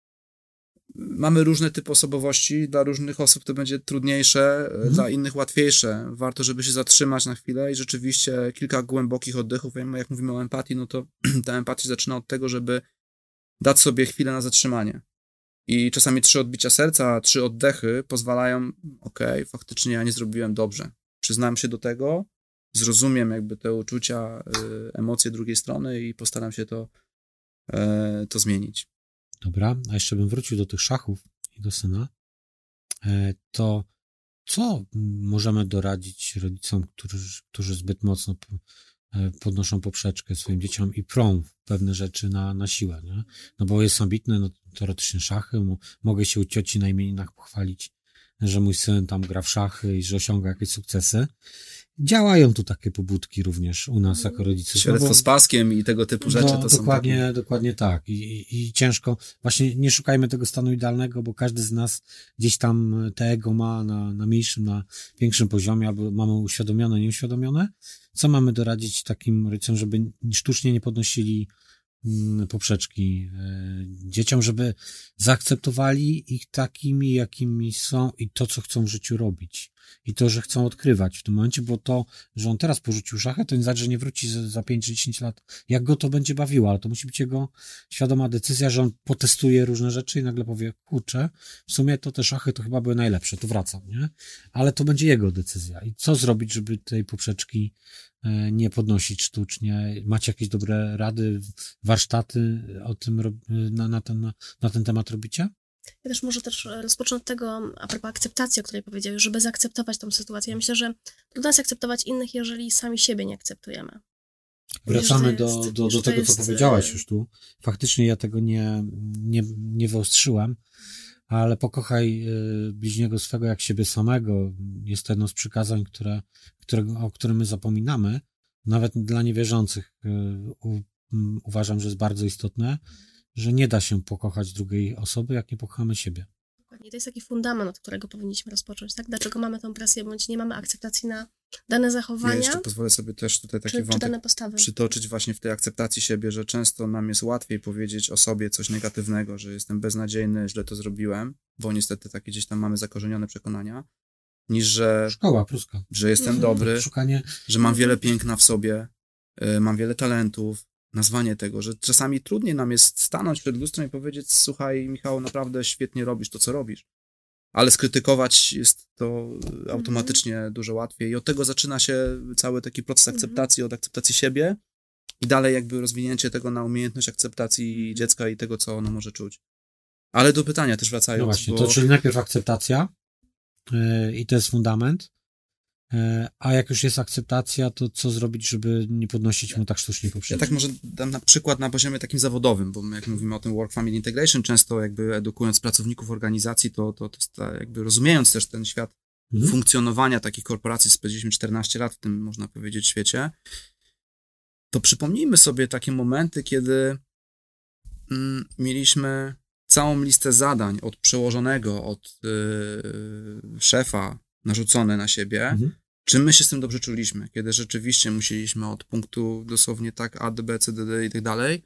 mamy różne typy osobowości, dla różnych osób to będzie trudniejsze, mhm. dla innych łatwiejsze. Warto, żeby się zatrzymać na chwilę i rzeczywiście kilka głębokich oddechów. Jak mówimy o empatii, no to ta empatia zaczyna od tego, żeby dać sobie chwilę na zatrzymanie. I czasami trzy odbicia serca, trzy oddechy pozwalają, okej, okay, faktycznie ja nie zrobiłem dobrze. Przyznam się do tego, zrozumiem jakby te uczucia, emocje drugiej strony i postaram się to, to zmienić. Dobra, a jeszcze bym wrócił do tych szachów i do syna. To co możemy doradzić rodzicom, którzy, którzy zbyt mocno podnoszą poprzeczkę swoim dzieciom i prą pewne rzeczy na, na siłę, nie? No bo jest ambitny, no teoretycznie szachy, mogę się u cioci na imieninach pochwalić, że mój syn tam gra w szachy i że osiąga jakieś sukcesy. Działają tu takie pobudki również u nas jako rodziców. Świadectwo no z paskiem i tego typu rzeczy no, to dokładnie, są takie... Dokładnie tak. I, i, I ciężko, właśnie nie szukajmy tego stanu idealnego, bo każdy z nas gdzieś tam te ego ma na, na mniejszym, na większym poziomie, albo mamy uświadomione, nieuświadomione. Co mamy doradzić takim rodzicom, żeby sztucznie nie podnosili poprzeczki dzieciom, żeby zaakceptowali ich takimi, jakimi są i to, co chcą w życiu robić. I to, że chcą odkrywać w tym momencie, bo to, że on teraz porzucił szachę, to nie znaczy, że nie wróci za pięć czy dziesięć lat. Jak go to będzie bawiło, ale to musi być jego świadoma decyzja, że on potestuje różne rzeczy i nagle powie, kurczę, w sumie to te szachy to chyba były najlepsze, to wracam, nie? Ale to będzie jego decyzja. I co zrobić, żeby tej poprzeczki nie podnosić sztucznie? Macie jakieś dobre rady, warsztaty o tym, na, na, ten, na ten temat robicie? Ja też może też rozpocznę od tego, a propos akceptacji, o której powiedziałeś, żeby zaakceptować tą sytuację. Ja myślę, że trudno jest akceptować innych, jeżeli sami siebie nie akceptujemy. Wracamy jest, do, do, do tego, jest... co powiedziałaś już tu. Faktycznie ja tego nie, nie, nie wyostrzyłem, ale pokochaj bliźniego swego jak siebie samego. Jest to jedno z przykazań, które, które, o którym my zapominamy. Nawet dla niewierzących u, uważam, że jest bardzo istotne, że nie da się pokochać drugiej osoby, jak nie pokochamy siebie. Dokładnie. To jest taki fundament, od którego powinniśmy rozpocząć, tak? Dlaczego mamy tą presję, bądź nie mamy akceptacji na dane zachowania? Ja jeszcze pozwolę sobie też tutaj taki czy, wątek czy dane postawy. przytoczyć właśnie w tej akceptacji siebie, że często nam jest łatwiej powiedzieć o sobie coś negatywnego, że jestem beznadziejny, źle to zrobiłem, bo niestety takie gdzieś tam mamy zakorzenione przekonania, niż że... Szkoła pruska. Że jestem dobry, Szukanie... że mam wiele piękna w sobie, y, mam wiele talentów, nazwanie tego, że czasami trudniej nam jest stanąć przed lustrem i powiedzieć, słuchaj Michał, naprawdę świetnie robisz to, co robisz. Ale skrytykować jest to automatycznie mm-hmm. dużo łatwiej i od tego zaczyna się cały taki proces akceptacji, mm-hmm. od akceptacji siebie i dalej jakby rozwinięcie tego na umiejętność akceptacji dziecka i tego, co ono może czuć. Ale do pytania też wracając. No właśnie, bo... to czyli najpierw akceptacja yy, i to jest fundament. A jak już jest akceptacja, to co zrobić, żeby nie podnosić mu tak sztucznie poprzeczki? Ja tak może dam na przykład na poziomie takim zawodowym, bo my jak mówimy o tym Work Family Integration, często jakby edukując pracowników organizacji, to, to, to jest jakby rozumiejąc też ten świat mhm. funkcjonowania takich korporacji, spędziliśmy czternaście lat w tym, można powiedzieć, świecie, to przypomnijmy sobie takie momenty, kiedy mm, mieliśmy całą listę zadań od przełożonego, od yy, szefa narzucone na siebie, mhm. czy my się z tym dobrze czuliśmy, kiedy rzeczywiście musieliśmy od punktu dosłownie tak A, D, B, C, D, D i tak dalej.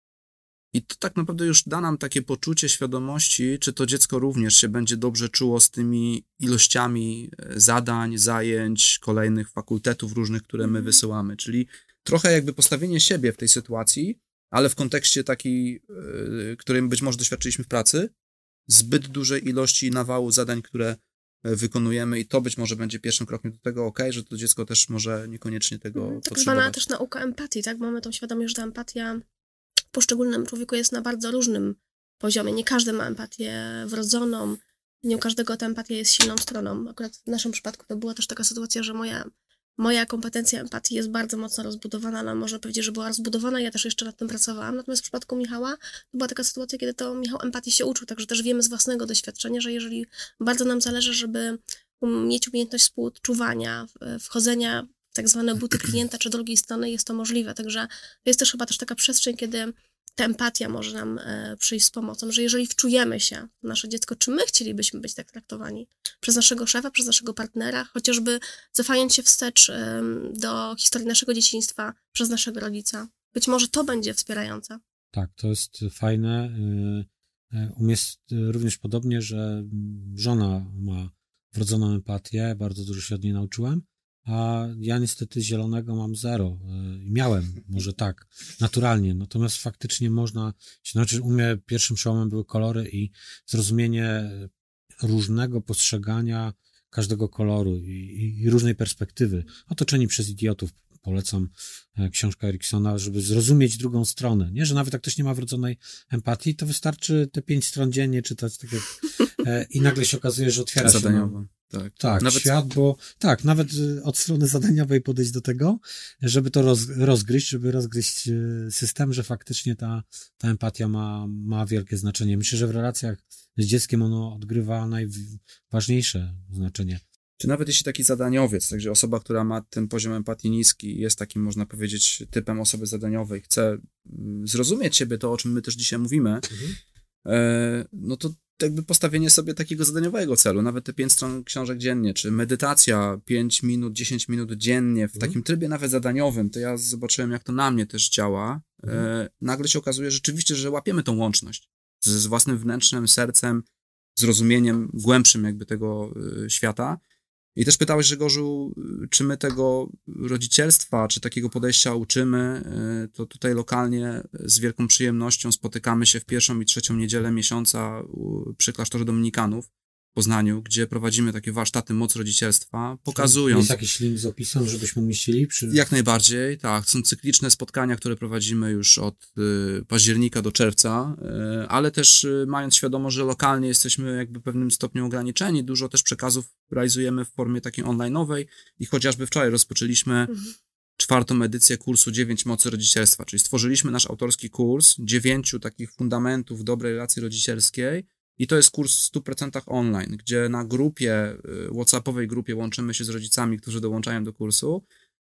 I to tak naprawdę już da nam takie poczucie świadomości, czy to dziecko również się będzie dobrze czuło z tymi ilościami zadań, zajęć, kolejnych fakultetów różnych, które my wysyłamy. Czyli trochę jakby postawienie siebie w tej sytuacji, ale w kontekście takiej, którym być może doświadczyliśmy w pracy, zbyt dużej ilości nawału zadań, które wykonujemy i to być może będzie pierwszym krokiem do tego, ok, że to dziecko też może niekoniecznie tego tak potrzebować. Tak zwana też nauka empatii, tak? Mamy tą świadomość, że ta empatia w poszczególnym człowieku jest na bardzo różnym poziomie. Nie każdy ma empatię wrodzoną, nie u każdego ta empatia jest silną stroną. Akurat w naszym przypadku to była też taka sytuacja, że moja, moja kompetencja empatii jest bardzo mocno rozbudowana, ale można powiedzieć, że była rozbudowana, ja też jeszcze nad tym pracowałam. Natomiast w przypadku Michała to była taka sytuacja, kiedy to Michał empatii się uczył, także też wiemy z własnego doświadczenia, że jeżeli bardzo nam zależy, żeby mieć umiejętność współodczuwania, wchodzenia w tak zwane buty klienta czy drugiej strony, jest to możliwe. Także to jest też chyba też taka przestrzeń, kiedy ta empatia może nam e, przyjść z pomocą, że jeżeli wczujemy się w nasze dziecko, czy my chcielibyśmy być tak traktowani przez naszego szefa, przez naszego partnera, chociażby cofając się wstecz e, do historii naszego dzieciństwa przez naszego rodzica. Być może to będzie wspierające. Tak, to jest fajne. U mnie jest również podobnie, że żona ma wrodzoną empatię, bardzo dużo się od niej nauczyłem, a ja niestety zielonego mam zero. Miałem, może tak, naturalnie, natomiast faktycznie można się nauczyć. U mnie pierwszym przełomem były kolory i zrozumienie różnego postrzegania każdego koloru i, i, i różnej perspektywy. Otoczeni przez idiotów. Polecam książkę Eriksona, żeby zrozumieć drugą stronę. Nie, że nawet jak ktoś nie ma wrodzonej empatii, to wystarczy te pięć stron dziennie czytać, tak jak, e, i nagle się okazuje, że otwiera zadaniowo. się. Tak, tak nawet... świat, bo tak, nawet od strony zadaniowej podejść do tego, żeby to roz, rozgryźć, żeby rozgryźć system, że faktycznie ta, ta empatia ma, ma wielkie znaczenie. Myślę, że w relacjach z dzieckiem ono odgrywa najważniejsze znaczenie. Czy nawet jeśli taki zadaniowiec, także osoba, która ma ten poziom empatii niski, jest takim, można powiedzieć, typem osoby zadaniowej, chce zrozumieć siebie, to o czym my też dzisiaj mówimy, mhm. e, no to jakby postawienie sobie takiego zadaniowego celu, nawet te pięć stron książek dziennie, czy medytacja pięć minut, dziesięć minut dziennie, w mhm. takim trybie nawet zadaniowym, to ja zobaczyłem, jak to na mnie też działa. Mhm. E, nagle się okazuje rzeczywiście, że łapiemy tą łączność z, z własnym wnętrzem, sercem, zrozumieniem głębszym jakby tego y, świata. I też pytałeś, Grzegorzu, czy my tego rodzicielstwa, czy takiego podejścia uczymy, to tutaj lokalnie z wielką przyjemnością spotykamy się w pierwszą i trzecią niedzielę miesiąca przy klasztorze dominikanów w Poznaniu, gdzie prowadzimy takie warsztaty moc rodzicielstwa, pokazując... Jest jakiś link z opisem, żebyśmy umieścili? Przy... Jak najbardziej, tak. Są cykliczne spotkania, które prowadzimy już od y, października do czerwca, y, ale też y, mając świadomość, że lokalnie jesteśmy jakby w pewnym stopniu ograniczeni, dużo też przekazów realizujemy w formie takiej online'owej i chociażby wczoraj rozpoczęliśmy mhm. czwartą edycję kursu dziewięć mocy rodzicielstwa, czyli stworzyliśmy nasz autorski kurs dziewięciu takich fundamentów dobrej relacji rodzicielskiej. I to jest kurs w stu procentach online, gdzie na grupie, whatsappowej grupie łączymy się z rodzicami, którzy dołączają do kursu.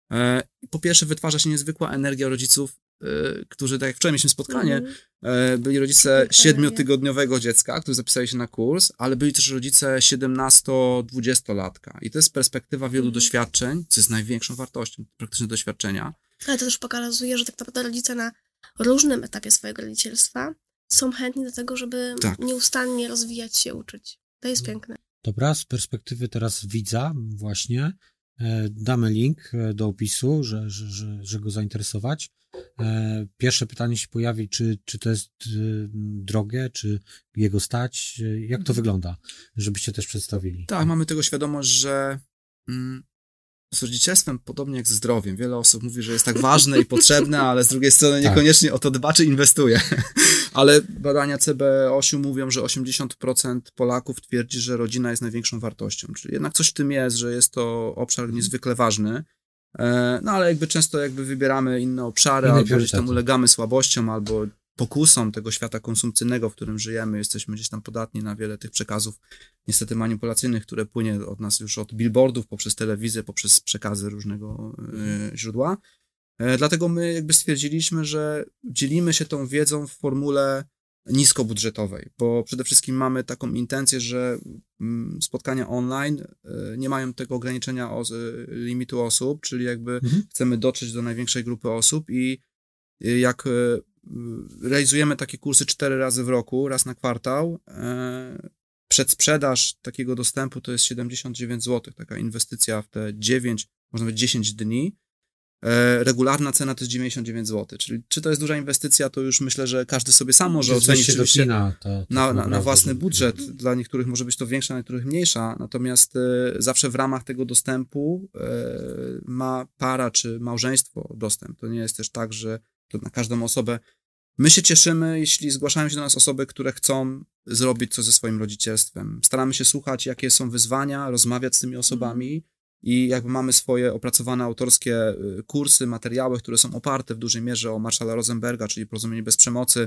Po pierwsze wytwarza się niezwykła energia rodziców, którzy, tak jak wczoraj mieliśmy spotkanie, mm. byli rodzice siedmiotygodniowego dziecka, którzy zapisali się na kurs, ale byli też rodzice siedemnasto-dwudziestolatka. I to jest perspektywa wielu mm. doświadczeń, co jest największą wartością, praktyczne doświadczenia. Ale to też pokazuje, że tak naprawdę rodzice na różnym etapie swojego rodzicielstwa są chętni do tego, żeby tak. nieustannie rozwijać się, uczyć. To jest piękne. Dobra, z perspektywy teraz widza właśnie e, damy link do opisu, że, że, że, że go zainteresować. E, pierwsze pytanie się pojawi, czy, czy to jest e, drogie, czy jego stać, e, jak to wygląda, żebyście też przedstawili. Tak, mamy tego świadomość, że mm, z rodzicielstwem podobnie jak ze zdrowiem. Wiele osób mówi, że jest tak ważne i potrzebne, ale z drugiej strony niekoniecznie tak. o to dba czy inwestuje. Ale badania C B osiem mówią, że osiemdziesiąt procent Polaków twierdzi, że rodzina jest największą wartością. Czyli jednak coś w tym jest, że jest to obszar niezwykle ważny. No ale jakby często jakby wybieramy inne obszary, inne albo gdzieś tam ulegamy słabościom, albo pokusom tego świata konsumpcyjnego, w którym żyjemy. Jesteśmy gdzieś tam podatni na wiele tych przekazów niestety manipulacyjnych, które płynie od nas już od billboardów, poprzez telewizję, poprzez przekazy różnego y, źródła. E, dlatego my jakby stwierdziliśmy, że dzielimy się tą wiedzą w formule niskobudżetowej, bo przede wszystkim mamy taką intencję, że spotkania online nie mają tego ograniczenia o, limitu osób, czyli jakby mhm. chcemy dotrzeć do największej grupy osób i jak realizujemy takie kursy cztery razy w roku, raz na kwartał, przedsprzedaż takiego dostępu to jest siedemdziesiąt dziewięć złotych, taka inwestycja w te dziewięć, można powiedzieć dziesięć dni. Regularna cena to jest dziewięćdziesiąt dziewięć złotych, czyli czy to jest duża inwestycja, to już myślę, że każdy sobie sam może ocenić oczywiście na, na, na własny budżet. Dla niektórych może być to większa, na niektórych mniejsza, natomiast zawsze w ramach tego dostępu ma para czy małżeństwo dostęp. To nie jest też tak, że to na każdą osobę. My się cieszymy, jeśli zgłaszają się do nas osoby, które chcą zrobić coś ze swoim rodzicielstwem. Staramy się słuchać, jakie są wyzwania, rozmawiać z tymi osobami i jakby mamy swoje opracowane autorskie kursy, materiały, które są oparte w dużej mierze o Marshalla Rosenberga, czyli Porozumienie bez przemocy,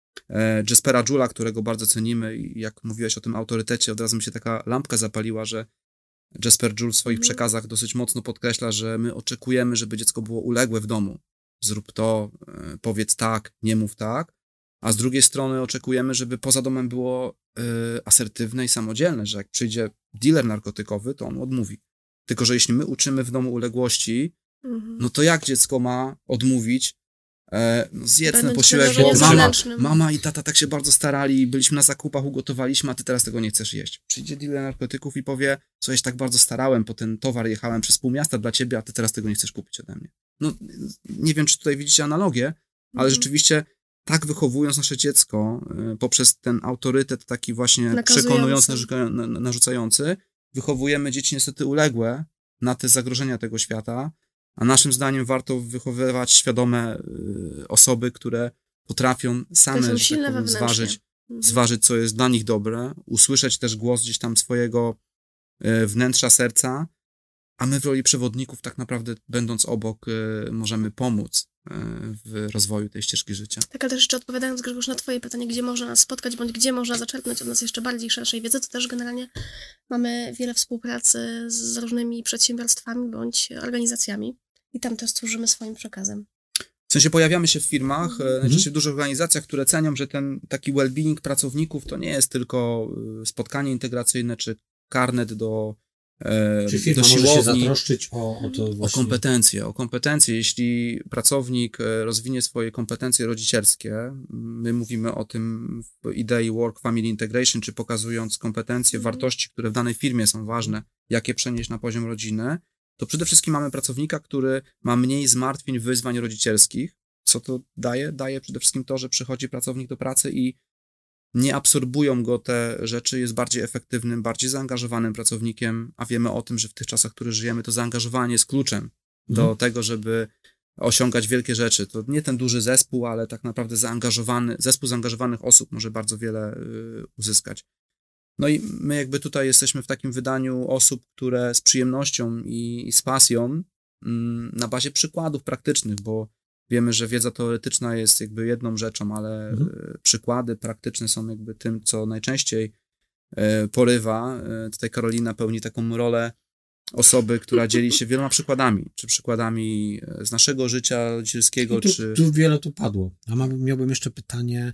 Jaspera Joula, którego bardzo cenimy i jak mówiłeś o tym autorytecie, od razu mi się taka lampka zapaliła, że Jasper Joule w swoich przekazach dosyć mocno podkreśla, że my oczekujemy, żeby dziecko było uległe w domu. Zrób to, powiedz tak, nie mów tak, a z drugiej strony oczekujemy, żeby poza domem było y, asertywne i samodzielne, że jak przyjdzie dealer narkotykowy, to on odmówi. Tylko że jeśli my uczymy w domu uległości, mhm. no to jak dziecko ma odmówić? E, no zjedz na posiłek, bo mama, mama i tata tak się bardzo starali, byliśmy na zakupach, ugotowaliśmy, a ty teraz tego nie chcesz jeść. Przyjdzie dealer narkotyków i powie, co ja się tak bardzo starałem, po ten towar jechałem przez pół miasta dla ciebie, a ty teraz tego nie chcesz kupić ode mnie. No, nie wiem, czy tutaj widzicie analogię, ale mhm. rzeczywiście tak wychowując nasze dziecko y, poprzez ten autorytet taki właśnie przekonujący, narzucający, wychowujemy dzieci niestety uległe na te zagrożenia tego świata, a naszym zdaniem warto wychowywać świadome y, osoby, które potrafią same że tak powiem, zważyć, mhm. zważyć, co jest dla nich dobre, usłyszeć też głos gdzieś tam swojego y, wnętrza serca, a my w roli przewodników tak naprawdę będąc obok y, możemy pomóc y, w rozwoju tej ścieżki życia. Tak, ale też jeszcze odpowiadając, Grzegorz, na twoje pytanie, gdzie można nas spotkać, bądź gdzie można zaczerpnąć od nas jeszcze bardziej szerszej wiedzy, to też generalnie mamy wiele współpracy z różnymi przedsiębiorstwami bądź organizacjami i tam też służymy swoim przekazem. W sensie pojawiamy się w firmach, mm. najczęściej w dużych organizacjach, które cenią, że ten taki well-being pracowników to nie jest tylko spotkanie integracyjne czy karnet do Czy firma do może siłowni, się zatroszczyć o, o to właśnie? O kompetencje, o kompetencje. Jeśli pracownik rozwinie swoje kompetencje rodzicielskie, my mówimy o tym w idei Work Family Integration, czy pokazując kompetencje, mm. wartości, które w danej firmie są ważne, jak je przenieść na poziom rodziny, to przede wszystkim mamy pracownika, który ma mniej zmartwień, wyzwań rodzicielskich. Co to daje? Daje przede wszystkim to, że przychodzi pracownik do pracy i nie absorbują go te rzeczy, jest bardziej efektywnym, bardziej zaangażowanym pracownikiem, a wiemy o tym, że w tych czasach, w których żyjemy, to zaangażowanie jest kluczem do mhm. tego, żeby osiągać wielkie rzeczy. To nie ten duży zespół, ale tak naprawdę zaangażowany, zespół zaangażowanych osób może bardzo wiele y, uzyskać. No i my jakby tutaj jesteśmy w takim wydaniu osób, które z przyjemnością i, i z pasją y, na bazie przykładów praktycznych, bo wiemy, że wiedza teoretyczna jest jakby jedną rzeczą, ale mhm. przykłady praktyczne są jakby tym, co najczęściej porywa. Tutaj Karolina pełni taką rolę osoby, która dzieli się wieloma przykładami, czy przykładami z naszego życia rodzicielskiego, tu, czy... Tu wiele tu padło. A mam, miałbym jeszcze pytanie,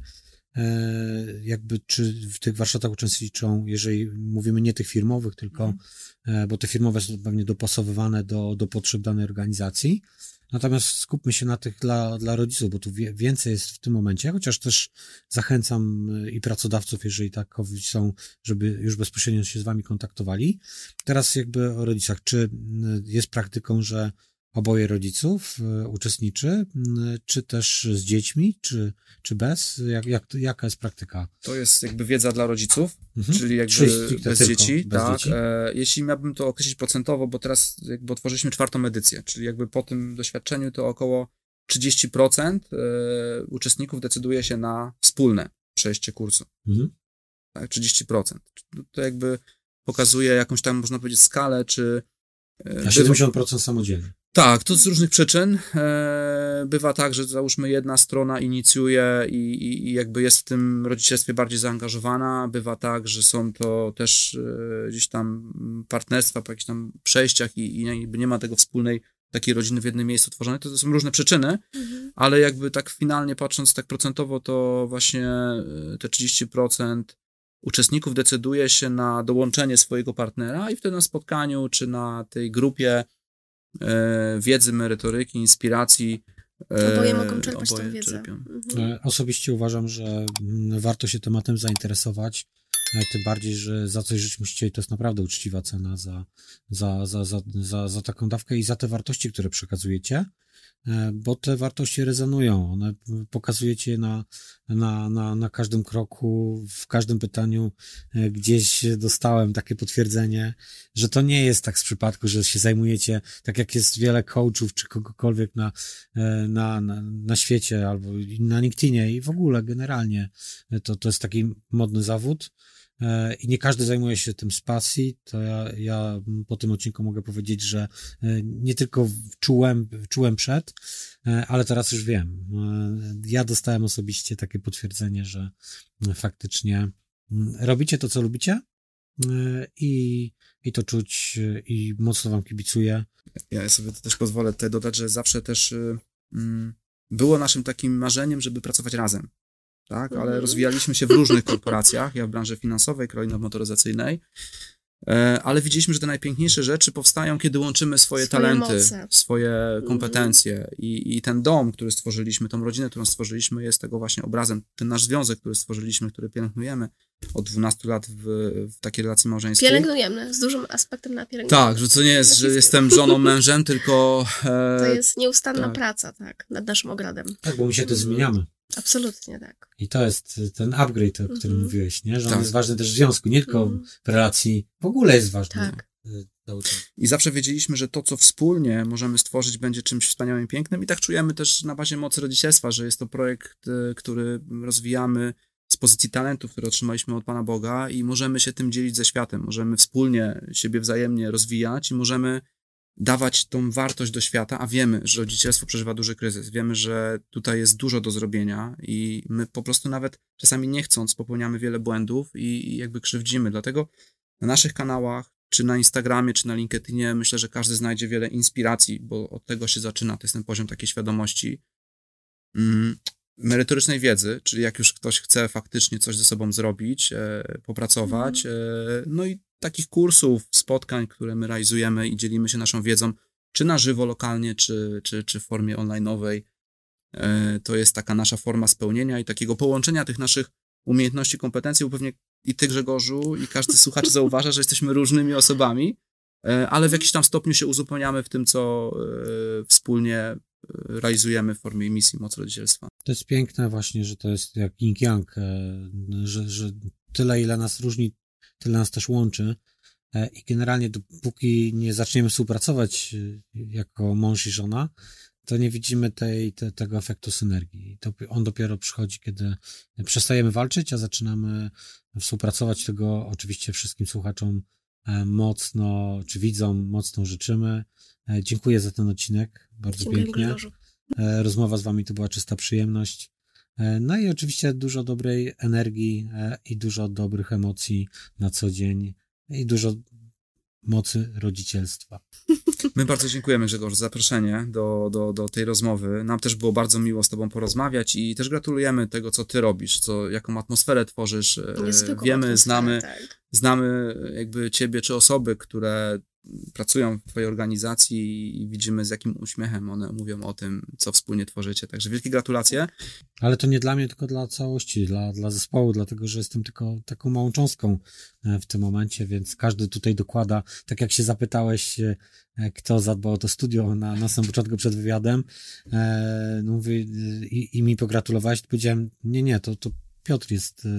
jakby czy w tych warsztatach uczestniczą, jeżeli mówimy nie tych firmowych, tylko, mhm. bo te firmowe są pewnie dopasowywane do, do potrzeb danej organizacji. Natomiast skupmy się na tych dla, dla rodziców, bo tu wie, więcej jest w tym momencie, chociaż też zachęcam i pracodawców, jeżeli takowi są, żeby już bezpośrednio się z wami kontaktowali. Teraz jakby o rodzicach. Czy jest praktyką, że oboje rodziców uczestniczy, czy też z dziećmi, czy, czy bez? Jak, jak, jaka jest praktyka? To jest jakby wiedza dla rodziców, mhm. czyli jakby czyli bez dzieci. Bez tak. dzieci. E, jeśli miałbym to określić procentowo, bo teraz jakby otworzyliśmy czwartą edycję, czyli jakby po tym doświadczeniu to około trzydzieści procent e, uczestników decyduje się na wspólne przejście kursu. Mhm. Tak, trzydzieści procent. To jakby pokazuje jakąś tam, można powiedzieć, skalę, czy... E, A siedemdziesiąt procent samodzielnie. Tak, to z różnych przyczyn. E, bywa tak, że załóżmy jedna strona inicjuje i, i, i jakby jest w tym rodzicielstwie bardziej zaangażowana. Bywa tak, że są to też e, gdzieś tam partnerstwa po jakichś tam przejściach i, i jakby nie ma tego wspólnej takiej rodziny w jednym miejscu tworzonej, to, to są różne przyczyny, mhm. ale jakby tak finalnie patrząc tak procentowo, to właśnie te trzydzieści procent uczestników decyduje się na dołączenie swojego partnera i wtedy na spotkaniu, czy na tej grupie e, wiedzy, merytoryki, inspiracji e, oboje mogą czerpać tę wiedzę. Mhm. Osobiście uważam, że warto się tematem zainteresować, tym bardziej, że za coś żyć musicie i to jest naprawdę uczciwa cena za, za, za, za, za, za taką dawkę i za te wartości, które przekazujecie, bo te wartości rezonują, one pokazujecie na, na, na, na każdym kroku, w każdym pytaniu gdzieś dostałem takie potwierdzenie, że to nie jest tak z przypadku, że się zajmujecie, tak jak jest wiele coachów czy kogokolwiek na, na, na, na świecie albo na LinkedInie i w ogóle generalnie to, to jest taki modny zawód. I nie każdy zajmuje się tym z pasji, to ja, ja po tym odcinku mogę powiedzieć, że nie tylko czułem, czułem przed, ale teraz już wiem. Ja dostałem osobiście takie potwierdzenie, że faktycznie robicie to, co lubicie i, i to czuć i mocno wam kibicuję. Ja sobie to też pozwolę tutaj dodać, że zawsze też mm, było naszym takim marzeniem, żeby pracować razem. Tak, ale mhm. rozwijaliśmy się w różnych korporacjach, ja w branży finansowej, Karolina w motoryzacyjnej, ale widzieliśmy, że te najpiękniejsze rzeczy powstają, kiedy łączymy swoje, swoje talenty, moce. swoje kompetencje mhm. I, i ten dom, który stworzyliśmy, tą rodzinę, którą stworzyliśmy, jest tego właśnie obrazem. Ten nasz związek, który stworzyliśmy, który pielęgnujemy od dwunastu lat w, w takiej relacji małżeńskiej. Pielęgnujemy, z dużym aspektem na pielęgnowanie. Tak, że to nie jest, że jestem żoną, mężem, tylko... E, to jest nieustanna tak. praca, tak, nad naszym ogrodem. Tak, bo my się też zmieniamy. Absolutnie, tak. I to jest ten upgrade, o którym mm-hmm. mówiłeś, nie? Że on tak. jest ważny też w związku, nie tylko mm. w relacji, w ogóle jest ważny. Tak. I zawsze wiedzieliśmy, że to, co wspólnie możemy stworzyć, będzie czymś wspaniałym i pięknym i tak czujemy też na bazie mocy rodzicielstwa, że jest to projekt, który rozwijamy z pozycji talentów, które otrzymaliśmy od Pana Boga i możemy się tym dzielić ze światem, możemy wspólnie siebie wzajemnie rozwijać i możemy dawać tą wartość do świata, a wiemy, że rodzicielstwo przeżywa duży kryzys. Wiemy, że tutaj jest dużo do zrobienia i my po prostu nawet czasami nie chcąc popełniamy wiele błędów i, i jakby krzywdzimy. Dlatego na naszych kanałach, czy na Instagramie, czy na LinkedInie myślę, że każdy znajdzie wiele inspiracji, bo od tego się zaczyna, to jest ten poziom takiej świadomości. Mm, merytorycznej wiedzy, czyli jak już ktoś chce faktycznie coś ze sobą zrobić, e, popracować, e, no i takich kursów, spotkań, które my realizujemy i dzielimy się naszą wiedzą, czy na żywo, lokalnie, czy, czy, czy w formie online'owej. E, to jest taka nasza forma spełnienia i takiego połączenia tych naszych umiejętności, kompetencji, bo pewnie i ty, Grzegorzu, i każdy słuchacz zauważa, że jesteśmy różnymi osobami, e, ale w jakiś tam stopniu się uzupełniamy w tym, co e, wspólnie realizujemy w formie misji Moc Rodzicielstwa. To jest piękne właśnie, że to jest jak yin-yang, że, że tyle, ile nas różni, tyle nas też łączy i generalnie dopóki nie zaczniemy współpracować jako mąż i żona, to nie widzimy tej, te, tego efektu synergii. To on dopiero przychodzi, kiedy przestajemy walczyć, a zaczynamy współpracować. Tego oczywiście wszystkim słuchaczom mocno, czy widzom mocno życzymy. Dziękuję za ten odcinek, bardzo Dziękuję, pięknie. Grzegorzu. Rozmowa z wami to była czysta przyjemność. No i oczywiście dużo dobrej energii i dużo dobrych emocji na co dzień i dużo mocy rodzicielstwa. My bardzo dziękujemy, Grzegorz, za zaproszenie do, do, do tej rozmowy. Nam też było bardzo miło z tobą porozmawiać i też gratulujemy tego, co ty robisz, co, jaką atmosferę tworzysz. Niezwykłą Wiemy, znamy, tak. znamy jakby ciebie czy osoby, które pracują w twojej organizacji i widzimy, z jakim uśmiechem one mówią o tym, co wspólnie tworzycie. Także wielkie gratulacje. Ale to nie dla mnie, tylko dla całości, dla, dla zespołu, dlatego, że jestem tylko taką małą cząstką w tym momencie, więc każdy tutaj dokłada, tak jak się zapytałeś, kto zadbał o to studio na, na samym początku przed wywiadem, e, no mówię, i, i mi pogratulowałeś, to powiedziałem, nie, nie, to, to Piotr jest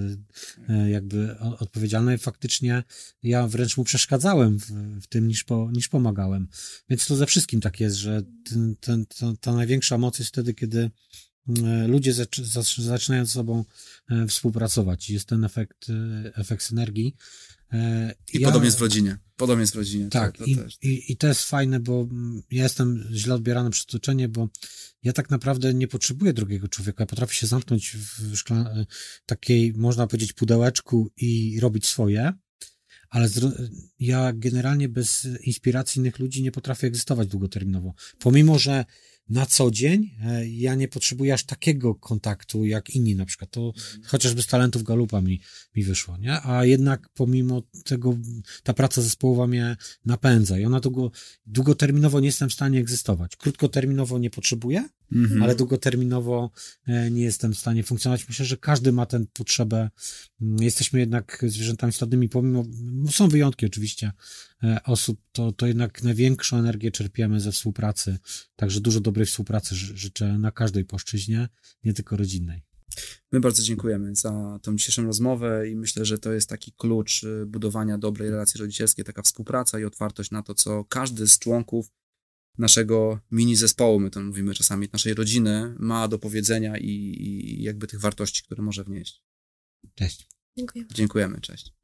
jakby odpowiedzialny. Faktycznie ja wręcz mu przeszkadzałem w, w tym, niż, po, niż pomagałem. Więc to ze wszystkim tak jest, że ten, ten, ta, ta największa moc jest wtedy, kiedy ludzie zac, zaczynają ze sobą współpracować. Jest ten efekt, efekt synergii. I ja, podobnie jest w rodzinie. Podobnie jest w rodzinie. Tak, to, to i, też. i, i to jest fajne, bo ja jestem źle odbierany przez otoczenie, bo ja tak naprawdę nie potrzebuję drugiego człowieka. Ja potrafię się zamknąć w szklan- takiej, można powiedzieć, pudełeczku i robić swoje, ale zro- ja generalnie bez inspiracji innych ludzi nie potrafię egzystować długoterminowo. Pomimo, że na co dzień e, ja nie potrzebuję aż takiego kontaktu jak inni na przykład. To mhm. chociażby z talentów Galupa mi, mi wyszło, nie? A jednak pomimo tego ta praca zespołowa mnie napędza i ona długo, długoterminowo nie jestem w stanie egzystować. Krótkoterminowo nie potrzebuję, mhm. ale długoterminowo e, nie jestem w stanie funkcjonować. Myślę, że każdy ma tę potrzebę. Jesteśmy jednak zwierzętami stadnymi, pomimo, są wyjątki oczywiście e, osób, to, to jednak największą energię czerpiemy ze współpracy. Także dużo dobrej współpracy ży- życzę na każdej płaszczyźnie, nie tylko rodzinnej. My bardzo dziękujemy za tą dzisiejszą rozmowę i myślę, że to jest taki klucz budowania dobrej relacji rodzicielskiej, taka współpraca i otwartość na to, co każdy z członków naszego mini zespołu, my to mówimy czasami, naszej rodziny, ma do powiedzenia i, i jakby tych wartości, które może wnieść. Cześć. Dziękuję. Dziękujemy, cześć.